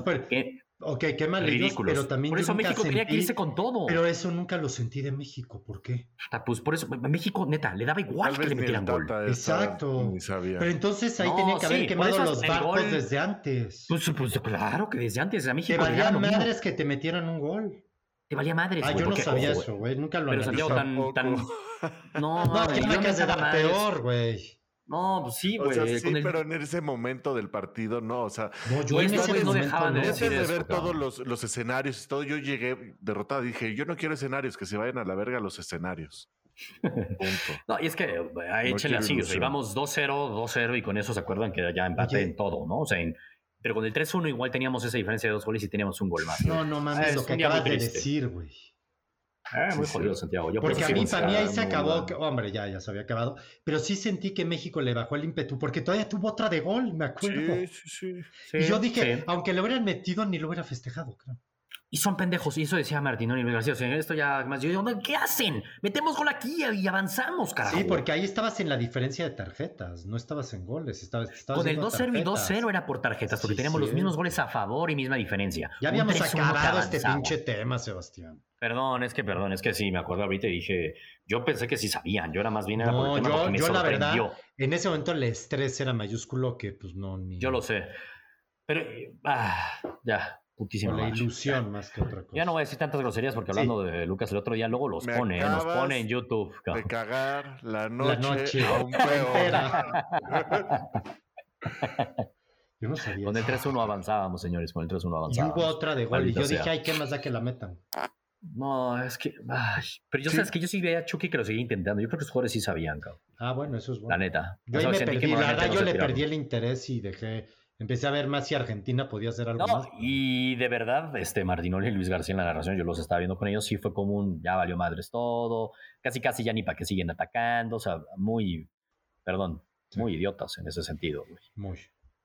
qué mal ellos, ridículos. pero también Por yo eso nunca México tenía que sentí- irse con todo. Pero eso nunca lo sentí de México, ¿por qué? Pues por eso México, neta, le daba igual Tal que vez le ni el metieran gol. Tata Exacto. ni sabía. Pero entonces ahí No, tenía que haber sí, quemado por eso los el barcos gol- desde antes. Pues claro que desde antes a Te México le valía daba lo mismo. madres que te metieran un gol. Te valía madres, Ah, güey, yo no porque, sabía ojo, eso, güey. Nunca lo Pero analicé. Santiago tan... No, No, que yo me acabas de mentaba dar madres. peor, güey. No, pues sí, O güey. sea, sí, con el- pero en ese momento del partido, no, o sea, No, yo Y en estos ese güeyes no momento dejaban de no. decir antes de eso, ver cabrón. todos los escenarios y todo, yo llegué derrotado. Dije, yo no quiero escenarios, que se vayan a la verga los escenarios. Punto. No, y es que échenle quiero así, o sea, ilusión. íbamos 2-0, 2-0 y con eso se acuerdan que ya empate Oye. en todo, ¿no? O sea, pero con el 3-1 igual teníamos esa diferencia de 2 goles y teníamos un gol más. No, no mames, Es lo que un día muy acabas de triste. decir, güey. Muy Sí, jodido, sí. Santiago. Yo por Porque eso a mí, sigo- para mí ahí se muy acabó, mal. hombre, ya se había acabado, pero sí sentí que México le bajó el ímpetu, porque todavía tuvo otra de gol, me acuerdo. Sí. Sí, Y yo dije, sí. aunque lo hubieran metido, ni lo hubiera festejado, creo. Y son pendejos, y eso decía Martinoli y Luis García. O sea, esto ya más. Yo digo, ¿qué hacen? Metemos gol aquí y avanzamos, carajo. Sí, porque ahí estabas en la diferencia de tarjetas, no estabas en goles, estabas Con el viendo 2-0 y tarjetas. 2-0 era por tarjetas, porque Sí, teníamos los sí. mismos goles a favor y misma diferencia. Ya Un habíamos 3-1 que acabado este avanzaba. pinche tema, Sebastián. Perdón, es que sí, me acuerdo ahorita y dije, yo pensé que sí sabían, yo era más bien era por No, el tema porque me yo la verdad, sorprendió. en ese momento el estrés era mayúsculo que pues no, ni... Yo lo sé. Pero, ya, putísima Por la madre. ilusión más que otra cosa. Ya no voy a decir tantas groserías porque Sí. hablando de Lucas el otro día, luego los Me pone acabas en YouTube. De cabrón. cagar la noche, noche aún peor. entera. Yo no sabía. Con el eso. 3-1 avanzábamos, señores, con el 3-1 Y avanzábamos. hubo otra de gol. Y Maldita yo dije, sea. ay, ¿qué más da que la metan? No, es que... pero yo Sí. sabes que yo sí veía a Chucky que lo seguía intentando. Yo creo que los jugadores sí sabían, cabrón. Ah, bueno, eso es bueno. La neta. Yo O sea, ahí me sentí que perdí, la normalmente verdad, no yo se le tiraron. perdí el interés y empecé a ver más si Argentina podía hacer algo No, más. y de verdad, Martinoli y Luis García en la narración, yo los estaba viendo con ellos, sí fue como un, ya valió madres todo, casi ya ni para qué siguen atacando, o sea, muy idiotas en ese sentido, güey. Muy.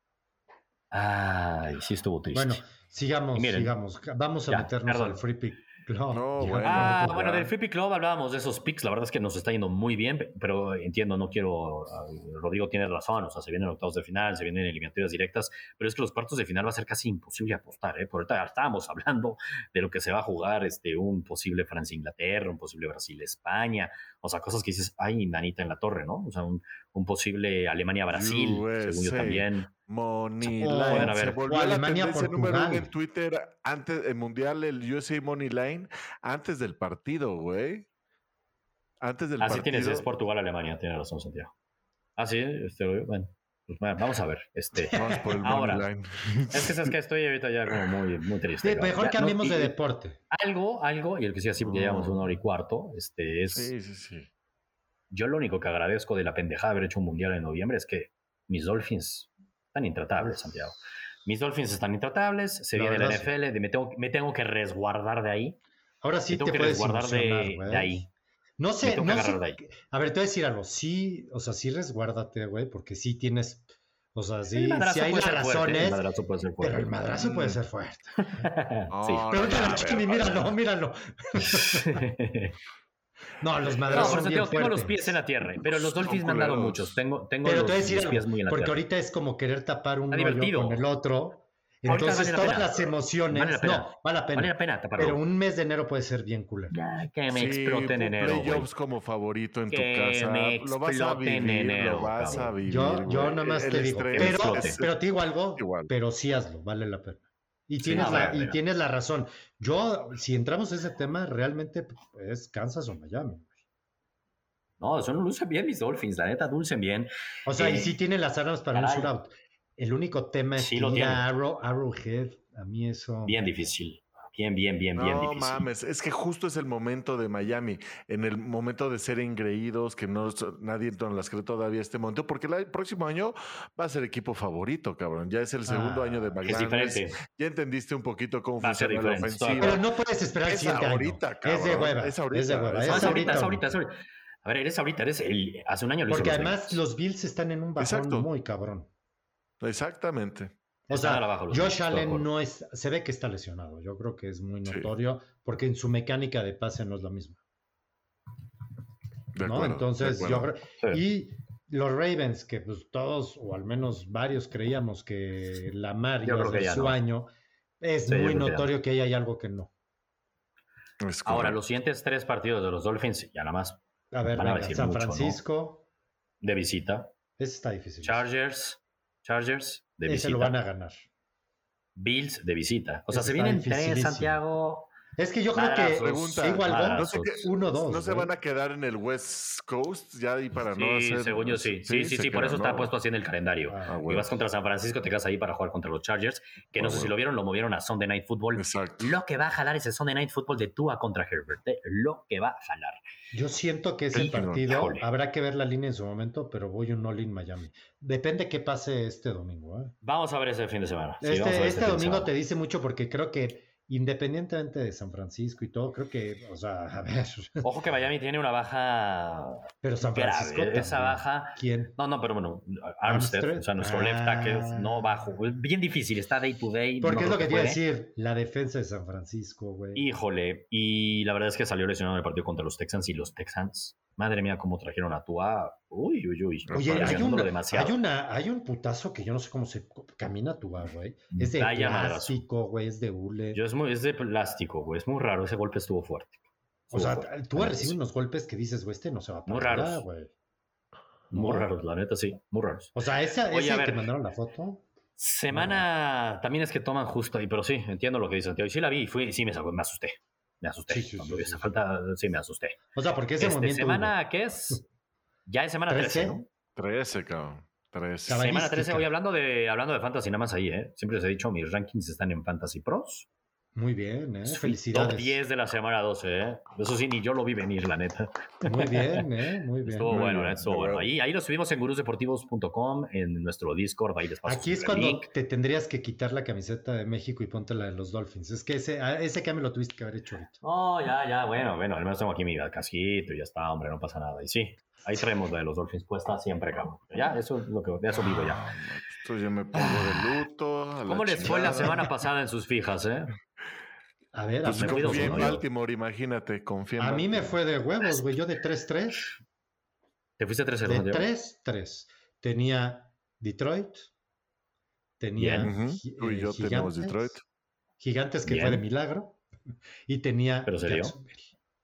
Ay, sí estuvo triste. Bueno, sigamos, Y miren, sigamos. Vamos a ya, meternos perdón. al Free Pick Club. No, Ya, bueno. no, Bueno, del Free Pick Club hablábamos de esos picks, la verdad es que nos está yendo muy bien, pero entiendo, no quiero, Rodrigo tiene razón, o sea, se vienen octavos de final, se vienen eliminatorias directas, pero es que los cuartos de final va a ser casi imposible apostar, ¿eh? Por ahorita estábamos hablando de lo que se va a jugar, un posible Francia-Inglaterra, un posible Brasil-España, o sea, cosas que dices, ay, nanita en la torre, ¿no? O sea, un posible Alemania-Brasil, según yo USA. también. Money O- Line. pueden haber- Se volvió o la Alemania, tendencia número uno Portugal. en Twitter antes el mundial, el USA Money Line, antes del partido, güey. Antes del Así partido. tienes, es Portugal-Alemania, tiene razón, Santiago. Ah, sí, bueno, pues vamos a ver. Vamos por el Ahora, Money Line. Es que sabes que estoy ahorita ya como muy triste. Sí, cabrón. mejor Ya, cambiemos no, de y- deporte. Algo, y el que sí, así porque ya llevamos 1 hora y cuarto, es Sí. yo lo único que agradezco de la pendejada de haber hecho un mundial en noviembre es que mis Dolphins están intratables, Santiago. Mis Dolphins están intratables, se La viene la verdad, sí. NFL, me tengo que resguardar de ahí. Ahora sí me tengo te que puedes resguardar emocionar, de güey. ahí. No Me sé, tengo que no agarrar sé. de ahí. A ver, te voy a decir algo. Sí, o sea, sí resguárdate, güey, porque sí tienes, o sea, El sí madrazo hay puede las ser fuerte, razones, el madrazo puede ser fuerte. pero el madrazo puede ser fuerte. Sí. Pregúntale a ya, Chimi, pero- míralo. No, los No, madrazos por son eso bien tengo los fuertes. pies en la tierra, pero los Son Dolphins me han dado culeros. muchos. Tengo Pero te voy a los decir pies algo, muy en la porque tierra. ahorita es como querer tapar un Está hoyo divertido. con el otro. Ahorita Entonces vale la todas pena. las emociones, Vale la pena. no, vale la pena. Vale la pena taparlo. Pero un mes de enero puede ser bien culero. Ya, que me Sí, exploten en enero, güey. playoffs como favorito en tu Que casa. me Lo vas a exploten en vivir, enero, lo vas a cabrón. vivir. Yo güey. nada más El te digo, estrés pero te digo algo, igual. pero sí hazlo, vale la pena. Y Sí, tienes, vale la pena. tienes la razón. Yo, si entramos a ese tema, realmente es Kansas o Miami. No, son lucen bien mis Dolphins, la neta, dulcen bien. O sea, y Eh, sí tiene las armas para caray. un shootout. El único tema es Sí que lo ir tiene. a Arrowhead, a mí eso... Bien difícil. bien No difícil. mames, es que justo es el momento de Miami, en el momento de ser engreídos, que nadie nos las cree todavía este momento, porque el próximo año va a ser equipo favorito, cabrón. Ya es el segundo año de Es McDaniels. diferente. Ya entendiste un poquito cómo Va a ser funciona la diferente, ofensiva. Pero no puedes esperar el Es siguiente ahorita, año. cabrón. Es de hueva. Es ahorita, Es de hueva. es No, Es es ahorita. ahorita. A ver, hace un año lo hizo Porque los además Bengals. los Bills están en un bajón Exacto. muy cabrón. Exactamente. O Están sea, al abajo los Josh Bills, estoy de Allen acuerdo. no es, se ve que está lesionado. Yo creo que es muy Sí. notorio porque en su mecánica de pase no es la misma. De ¿No? acuerdo, Entonces, de yo acuerdo. creo. Sí. Y los Ravens, que pues todos, o al menos varios, creíamos que Lamar Yo iba a creo que ser ya su no. año, es Sí, yo muy creo que ya notorio que ahí hay algo que no. Es Ahora, correcto. los siguientes 3 partidos de los Dolphins, ya nada más A ver, Van a venga, decir San mucho, ¿no? Francisco, de visita. ese está difícil. Chargers de Ese visita. lo van a ganar. Bills de visita. O sea, Ese se está vienen 3, dificilísimo. Santiago. Es que yo creo que Pregunta, igual madrazos. No sé qué, 1-2. ¿no se van a quedar en el West Coast ya ahí para no Sí, hacer? según yo sí. Sí, se por eso quedan, está ¿no? puesto así en el calendario. Ah, Y bueno. vas contra San Francisco, te quedas ahí para jugar contra los Chargers, que no sé si lo vieron, lo movieron a Sunday Night Football. Exacto. Lo que va a jalar ese Sunday Night Football de Tua contra Herbert. Lo que va a jalar. Yo siento que ese Híjole. partido habrá que ver la línea en su momento, pero voy un all-in Miami. Depende qué pase este domingo. Vamos a ver ese fin de semana. Sí, vamos a ver Este ese fin de domingo semana. te dice mucho porque creo que independientemente de San Francisco y todo, creo que, o sea, a ver, Ojo que Miami tiene una baja pero San Francisco grave. Esa también. baja. ¿Quién? No, pero bueno, Armstead, o sea, nuestro left tackle no bajo. Bien difícil, está day to day. Porque no es lo creo que te iba a puede. decir, la defensa de San Francisco, güey. Híjole, y la verdad es que salió lesionado en el partido contra los Texans y los Texans, madre mía, cómo trajeron a Tua. Uy. Oye, Presionándolo demasiado. hay un putazo que yo no sé cómo se camina Tua, güey. Es de Vaya madrazo. plástico, güey, es de hule. Es de plástico, güey, es muy raro, ese golpe estuvo fuerte. O sea, Estuvo fuerte, Tua la recibe neta, unos golpes que dices, güey, este no se va a Muy parar, raros. güey. muy ¿no? raros, la neta, sí, muy raros. O sea, Oye, ese a ver. que mandaron la foto. Semana, también es que toman justo ahí, pero sí, entiendo lo que dice Santiago. Y sí la vi y sí me asusté. Me asusté. Sí, Cuando vi esa sí. falta, sí me asusté. O sea, porque ese movimiento. Semana, ¿qué es? Ya es semana 13, 13, ¿no? 13, cabrón. 13. Caballo. Semana 13, Cabalística. hoy hablando de Fantasy, nada más ahí, ¿eh? Siempre les he dicho, mis rankings están en Fantasy Pros. Muy bien, Fui felicidades. Top 10 de la semana 12, ¿eh? Eso sí, ni yo lo vi venir, la neta. Muy bien, muy bien. Estuvo Muy bueno, bien, estuvo de bueno. verdad. Ahí lo subimos en gurusdeportivos.com, en nuestro Discord, ahí les paso Aquí es el cuando link. te tendrías que quitar la camiseta de México y ponte la de los Dolphins. Es que ese cambio lo tuviste que haber hecho ahorita. Oh, ya, bueno, al menos tengo aquí mi casquito y ya está, hombre, no pasa nada. Y sí, ahí traemos la de los Dolphins puesta siempre, cabrón. Ya, eso es lo que, de eso vivo ya. Ah, Entonces yo me pongo de luto. a la ¿Cómo les fue la chingada. semana pasada en sus fijas, eh? A ver, Pues Me fui confía 2-1 en yo. Baltimore, imagínate. Confía en a mí me Baltimore. fue de huevos, güey. Yo de 3-3. ¿Te fuiste 3-0, De Santiago? 3-3. Tenía Detroit. Tenía Bien. Ujú. Tú y yo tenemos Detroit. Gigantes que Bien. fue de milagro. Y tenía Pero se dio. Jacksonville.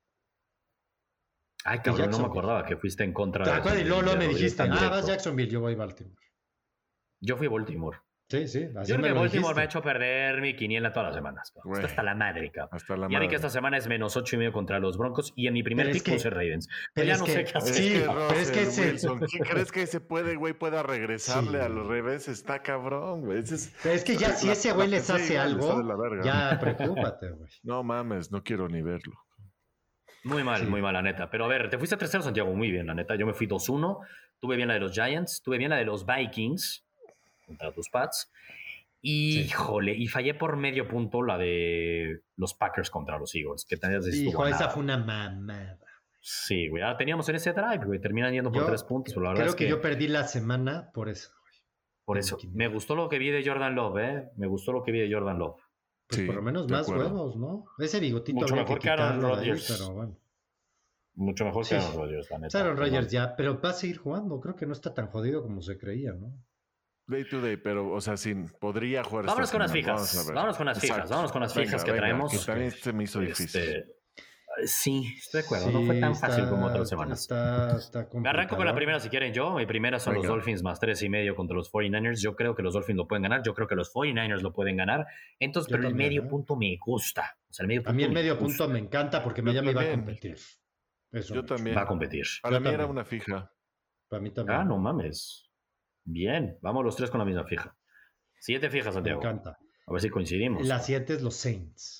Ay, cabrón, no me Jacksonville. acordaba que fuiste en contra ¿Te acuerdas? Y luego me Rodríguez dijiste, tan vas directo. Jacksonville, yo voy Baltimore. Yo fui Baltimore. Sí, así Yo creo me que lo Baltimore dijiste. me ha hecho perder mi quiniela todas las semanas. Güey. Está hasta la madre, cabrón. Hasta la Ya vi madre. que esta semana es menos 8.5 contra los Broncos y en mi primer Pero es pick que- puse Ravens. pero Pero ya es no que- sé qué hacer. Es Sí, que pero es que Russell ese- Wilson, ¿quién crees que ese güey pueda regresarle Sí. a los revés? Está cabrón, güey. Pero es que ya si ese güey les hace sí, le algo, sale la verga. ya preocúpate, güey. No mames, no quiero ni verlo. Muy mal, Sí. muy mal, la neta. Pero a ver, te fuiste a 3-0, Santiago. Muy bien, la neta. Yo me fui 2-1. Tuve bien la de los Giants. Tuve bien la de los Vikings contra tus Pats. Y, híjole, y fallé por medio punto la de los Packers contra los Eagles. Que también estuvo Hijo, a esa nada. fue una mamada. Sí, güey. Ya teníamos en ese drive, güey. Terminan yendo por Yo 3 puntos. Pero la verdad Creo es que yo perdí la semana por eso. por eso. Me gustó lo que vi de Jordan Love, ¿eh? Me gustó lo que vi de Jordan Love. Pues Sí, por lo menos de más acuerdo. huevos, ¿no? Ese bigotito Mucho habría mejor que que Aaron quitarlo de ahí, Rodgers. pero bueno. Mucho mejor Sí. que Aaron Rodgers, la neta. Aaron Rodgers ya, pero va a seguir jugando. Creo que no está tan jodido como se creía, ¿no? Day to day, pero, o sea, podría jugar. Vámonos esta con las semana. fijas. Vamos a ver. Vámonos con las fijas. Exacto. Vámonos con las fijas que traemos. Que también se me hizo difícil. Sí, estoy de acuerdo. No fue tan fácil como otras semanas. Está Me arranco con la complicado. primera si quieren yo. Mi primera son Venga. los Dolphins más 3.5 contra los 49ers. Yo creo que los Dolphins lo pueden ganar. Yo creo que los 49ers lo pueden ganar. Entonces, Yo pero el también, medio ¿eh? punto me gusta. O sea, el medio punto A mí el me medio gusta. punto me encanta porque Yo Miami va a también. competir. Eso Yo mucho. también. Va a competir. Para Yo mí era también. una fija. Para mí también. Ah, no mames. Bien. Vamos los tres con la misma fija. 7 fijas, Me Santiago. encanta. A ver si coincidimos. La 7 es los Saints.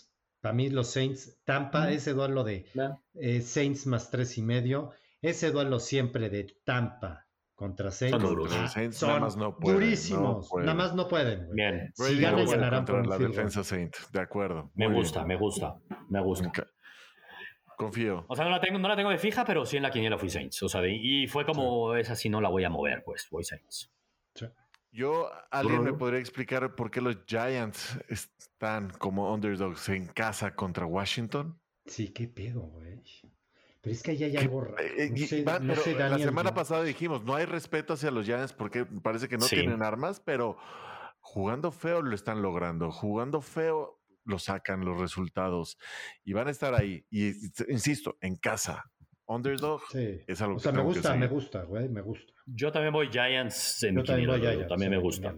Para mí los Saints, Tampa, ese duelo de Saints más 3.5, ese duelo siempre de Tampa contra Saints. Son duros. Saints son nada más no pueden, durísimos. no pueden. Nada más no pueden. Güey. Bien. Si ganan, ganarán contra por un la field goal. defensa Saint. De acuerdo. Me Muy gusta, bien. me gusta, me gusta. Confío. O sea, no la tengo de fija, pero sí en la quiniela fui Saints. O sea, y fue como, esa sí no la voy a mover, pues, voy Saints. Sí. ¿Alguien me podría explicar por qué los Giants están como underdogs en casa contra Washington? Sí, qué pedo, güey. Pero es que ahí hay algo raro. No sé, la semana pasada dijimos, no hay respeto hacia los Giants porque parece que no tienen armas, pero jugando feo lo están logrando. Jugando feo lo sacan los resultados y van a estar ahí. Y insisto, en casa. Underdog es algo que me gusta, güey, me gusta. Yo también voy Giants en mi quiniela, Giants, también me gusta.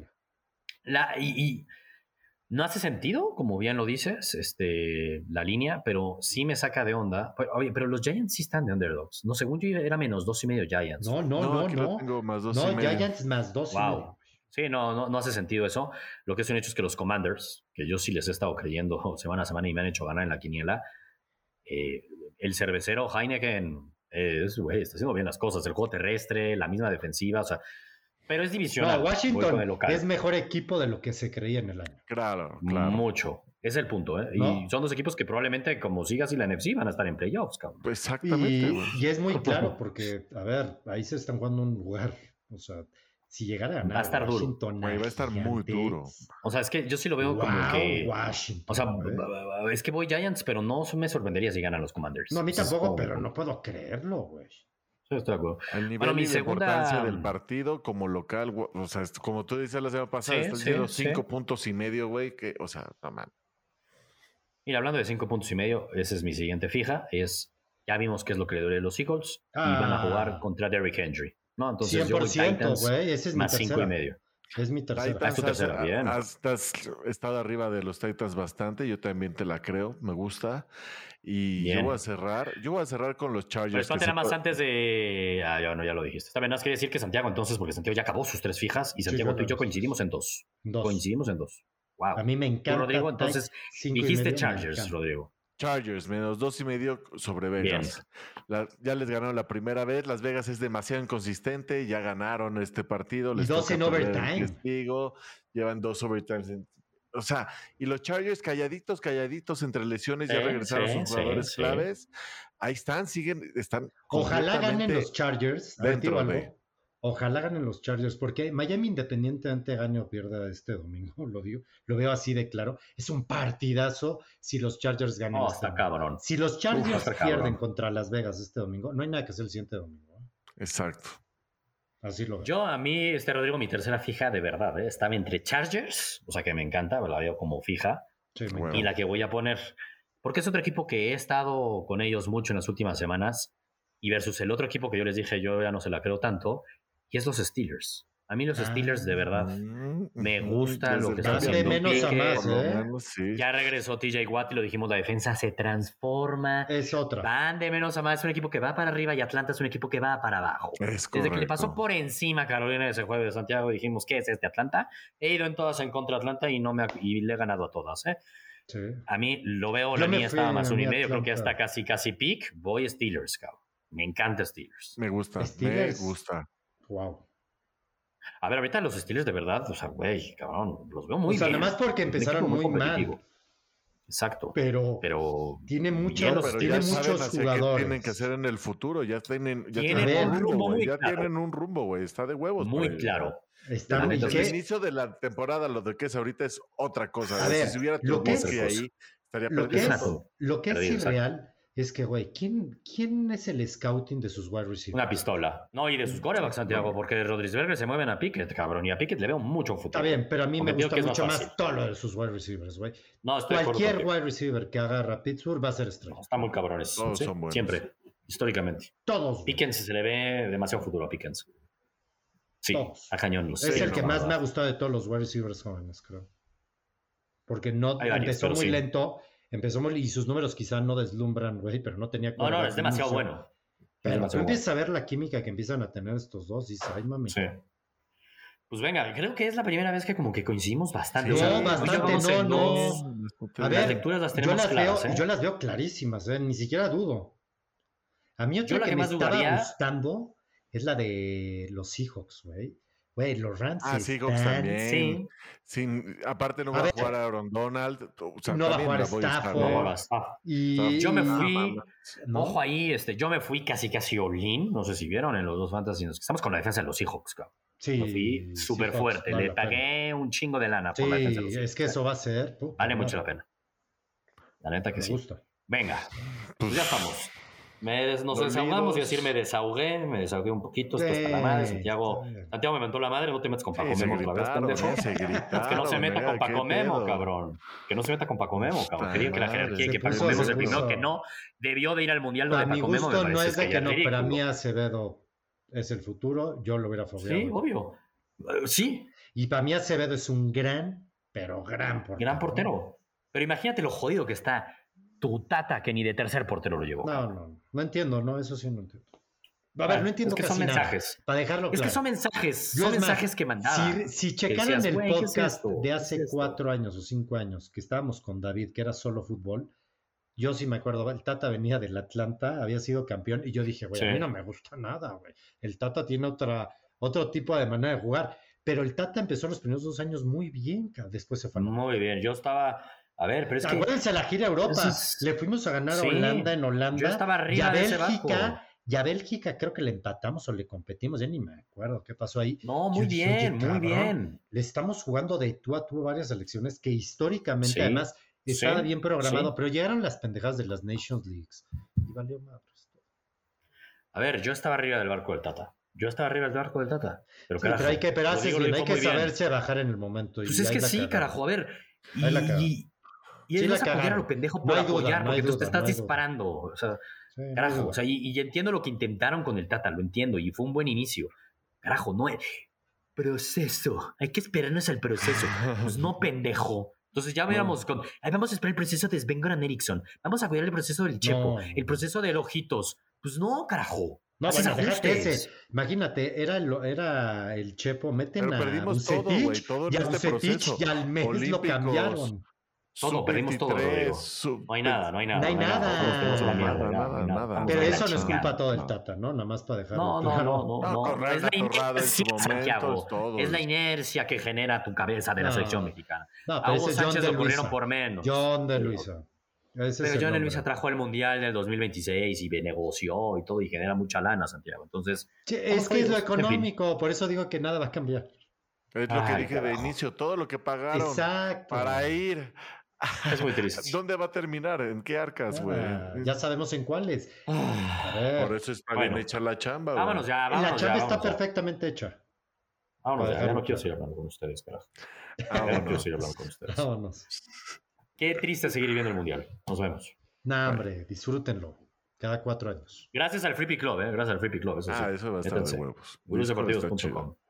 Y no hace sentido, como bien lo dices, la línea, pero sí me saca de onda. Oye, pero los Giants sí están de underdogs. No, según yo era menos 2.5 Giants. No. Tengo más 2.5. No, Giants más 2.5. Wow. Sí, no hace sentido eso. Lo que es un hecho es que los Commanders, que yo sí les he estado creyendo semana a semana y me han hecho ganar en la quiniela, el cervecero Heineken está haciendo bien las cosas. El juego terrestre, la misma defensiva, o sea, pero es divisional. No, Washington es mejor equipo de lo que se creía en el año. Claro. Mucho. Es el punto, ¿eh? ¿No? Y son dos equipos que probablemente, como sigas y la NFC, van a estar en playoffs, cabrón. Pues exactamente. Y es muy claro porque, a ver, ahí se están jugando un lugar, o sea, si llegara a ganar va a estar Washington, duro. Va a estar muy duro. O sea, es que yo sí lo veo como que... Washington, o sea, es que voy Giants, pero no me sorprendería si ganan los Commanders. No, a mí tampoco, pero no puedo creerlo, güey. Sí, estoy de acuerdo. El nivel y la importancia del partido como local, o sea, como tú dices la semana pasada, estás viendo 5 puntos y medio, güey, que, o sea, no man. Mira, hablando de 5 puntos y medio, esa es mi siguiente fija, ya vimos qué es lo que le duele a los Eagles y van a jugar contra Derrick Henry, ¿no? Entonces 100%, yo voy Titans güey, ese es más mi 5 y medio. Es mi tercera. Titans, es tu tercera, bien. Has estado arriba de los Titans bastante, yo también te la creo, me gusta. Y bien. Yo voy a cerrar con los Chargers. Pero espérate nada más antes de... ya lo dijiste. Está bien, más quiere decir que Santiago entonces, porque Santiago ya acabó sus 3 fijas y Santiago, tú y yo coincidimos en 2. Coincidimos en 2. Wow. A mí me encanta. Tú, Rodrigo, entonces dijiste Chargers, Rodrigo. Chargers, menos 2.5 sobre Vegas. Ya les ganaron la primera vez. Las Vegas es demasiado inconsistente. Ya ganaron este partido. Y 2 en overtime. Llevan 2 overtimes. O sea, y los Chargers calladitos entre lesiones, ya regresaron sus jugadores claves. Ahí están. Ojalá ganen los Chargers. Dentro de... Ojalá ganen los Chargers, porque Miami, independientemente gane o pierda este domingo, lo veo así de claro. Es un partidazo si los Chargers ganan. Está cabrón. Si los Chargers pierden contra Las Vegas este domingo, no hay nada que hacer el siguiente domingo. Exacto. Así lo veo. Yo, a mí, Rodrigo, mi tercera fija de verdad, estaba entre Chargers, o sea que me encanta, la veo como fija, y la que voy a poner, porque es otro equipo que he estado con ellos mucho en las últimas semanas, y versus el otro equipo que yo les dije, yo ya no se la creo tanto, y es los Steelers. A mí los Steelers de verdad me gusta lo que están haciendo. De menos a más, Ya regresó TJ Watt y lo dijimos, la defensa se transforma. Es otra. Van de menos a más, es un equipo que va para arriba y Atlanta es un equipo que va para abajo. Desde que le pasó por encima a Carolina ese jueves de Santiago, dijimos, ¿qué es Atlanta? He ido en todas en contra de Atlanta y le he ganado a todas, Sí. A mí lo veo, la mía estaba más 1.5, creo que ya está casi peak. Voy Steelers, cabrón. Me encanta Steelers. Me gusta. Wow. A ver, ahorita los Steelers de verdad, o sea, güey, cabrón, los veo muy bien. Nada más porque empezaron muy mal. Exacto. Pero tiene muchos jugadores. ¿Qué tienen que hacer en el futuro? Ya tienen un rumbo, güey. Está de huevos. Muy claro. El inicio de la temporada, lo de que es ahorita es otra cosa. A ver, si hubiera Trubisky ahí, estaría perdido. Lo que es irreal es que, güey, ¿quién es el scouting de sus wide receivers? Una pistola. No, y de sus quarterbacks, Santiago, porque Rodríguez se mueven a Pickett, cabrón, y a Pickett le veo mucho futuro. Está bien, pero a mí me gusta mucho más todo lo de sus wide receivers, güey. No, cualquier wide receiver que agarra Pittsburgh va a ser estrella. No, están muy cabrones. Todos son buenos. Siempre, históricamente. Todos. Pickens se le ve demasiado futuro a Pickens. Sí, todos. A cañón. Es el que más me ha gustado de todos los wide receivers jóvenes, creo. Porque empezó muy lento. Y sus números quizá no deslumbran, güey, pero no tenía... No, es demasiado bueno. Pero tú empiezas a ver la química que empiezan a tener estos dos y dices, ay, mami. Sí. Pues venga, creo que es la primera vez que como que coincidimos bastante. No, o sea, bastante, no. A ver, las lecturas las tenemos claras, yo las veo clarísimas, ni siquiera dudo. A mí otra Yo la que que me más estaba dudaría- gustando es la de los Seahawks, güey. Güey, los Rams Seahawks están... también. Sí. Aparte no A va a ver, jugar Aaron Donald. O sea, no va a también jugar la voy a estar, Stafford. No, ¿no? basta. Y Yo me fui, ¿no? ojo ahí, yo me fui casi all-in, no sé si vieron en los dos fantasy, estamos con la defensa de los Seahawks, cabrón. Sí, Me fui súper Seahawks, fuerte, vale le la pena. pagué un chingo de lana Sí, por la defensa de los Seahawks. es que eso va a ser... puta Vale madre, mucho la pena. La neta que me sí. gusta. Venga, pues ya estamos. Nos Dormidos. desahogamos y decir, me desahogué un poquito, esto está la madre. Santiago me mentó la madre, no te metas con Paco se Memo otra vez, gritaron, pendejo. se Es que no se gritaron, meta con ¿qué Paco Memo, pedo? cabrón. Que no se meta con Paco Memo, cabrón. Quería que la Madre. jerarquía y Se que Paco puso- Memo se se primero puso- que no debió de ir al Mundial lo de Para mi Paco Memo. gusto Me no parece es de que ya no, para mí ridículo. Acevedo es el futuro, yo lo hubiera fogueado. Sí, obvio. Sí, Y para mí Acevedo es un gran, pero gran portero. gran portero. Pero imagínate lo jodido que está tu Tata, que ni de tercer portero lo llevó. No entiendo, no, eso sí no entiendo. A ver, no entiendo es que casi son nada. mensajes. Para dejarlo Es claro. que son mensajes, Yo, son es más, mensajes que mandaba. Si Que checaran decías, el güey, ¿qué es podcast esto? de ¿Qué hace es esto? 4 años o 5 años que estábamos con David, que era solo fútbol, yo sí me acuerdo, el Tata venía del Atlanta, había sido campeón, y yo dije, güey, Sí. a mí no me gusta nada, güey. El Tata tiene otro tipo de manera de jugar, pero el Tata empezó los primeros 2 años muy bien, después se fue. Muy bien, yo estaba... A ver, pero es que... Acuérdense la gira a Europa, Eso es- le fuimos a ganar a Sí, Holanda en Holanda, yo estaba arriba y a de ese Bélgica, creo que le empatamos o le competimos, ya ni me acuerdo qué pasó ahí. No, Yo muy dije, bien, oye, muy cabrón, bien. Le estamos jugando de tú a tú varias selecciones que históricamente Sí, además estaba sí, bien programado, sí. pero llegaron las pendejadas de las Nations Leagues y valió madres. A ver, yo estaba arriba del barco del Tata. Pero Sí, carajo, pero haces Rodrigo lo bien, hay dijo que muy bien. saberse bajar en el momento. Pues y es ahí que la sí, cagaron. carajo, a ver. Ahí la cagaron. Y Sí es la apoyar a cagaron. lo pendejo No por hay duda, apoyar, no hay porque tú duda, te estás no hay duda. disparando. O sea, Sí, no hay carajo, duda. o sea, y entiendo lo que intentaron con el Tata, lo entiendo, y fue un buen inicio. Carajo, no es proceso, hay que esperarnos al proceso. Pues no, pendejo. Entonces ya veamos vamos a esperar el proceso de Sven-Goran Eriksson, vamos a cuidar el proceso del Chepo, No. el proceso del Ojitos. Pues no, carajo. No, Haces bueno, déjate ajustes. ese. Imagínate, era el Chepo, meten Pero a perdimos todo, Vucetich, güey, todo en y a este Vucetich proceso. y al mes lo Olímpicos, cambiaron. Todo, perdimos todo, Rodrigo. No hay nada. No hay nada. Todos tenemos la mierda, Nada. Vamos Pero a ver eso la no es chingada. culpa todo del No. Tata, ¿no? Nada más para dejarlo No, claro. Corral Es la atorrado en su inercia, momento, Santiago. es todo. Es la inercia que genera tu cabeza de la No. selección mexicana. No, A pero Hugo ese es John Sánchez de lo corrieron Luisa. por menos. John de Luisa. Ese es Pero el John de nombre. Luisa trajo el Mundial del 2026 y negoció y todo y genera mucha lana, Santiago. Entonces, Sí, es que es lo En fin. económico, por eso digo que nada va a cambiar. Es lo que Ay, dije carajo. de inicio, todo lo que pagaron Exacto. para ir. es muy triste. ¿Dónde va a terminar? ¿En qué arcas, güey? Ya sabemos en cuáles. Ah, A ver, Por eso está Bueno. bien hecha la chamba, güey. vámonos ya, la vámonos chamba ya. está Vámonos ya. perfectamente hecha. Vámonos ya, ya Déjalo no quiero claro. seguir hablando con ustedes, carajo. Ya no Vámonos. quiero seguir hablando con ustedes. Vámonos. Qué triste seguir viendo el Mundial. Nos vemos. Nah, hombre, disfrútenlo. Cada 4 años. Gracias al Free Pick Club, gracias al Free Pick Club. Eso sí. Eso va a estar de Métanse. huevos. Gurusdeportivos.com. Está chido.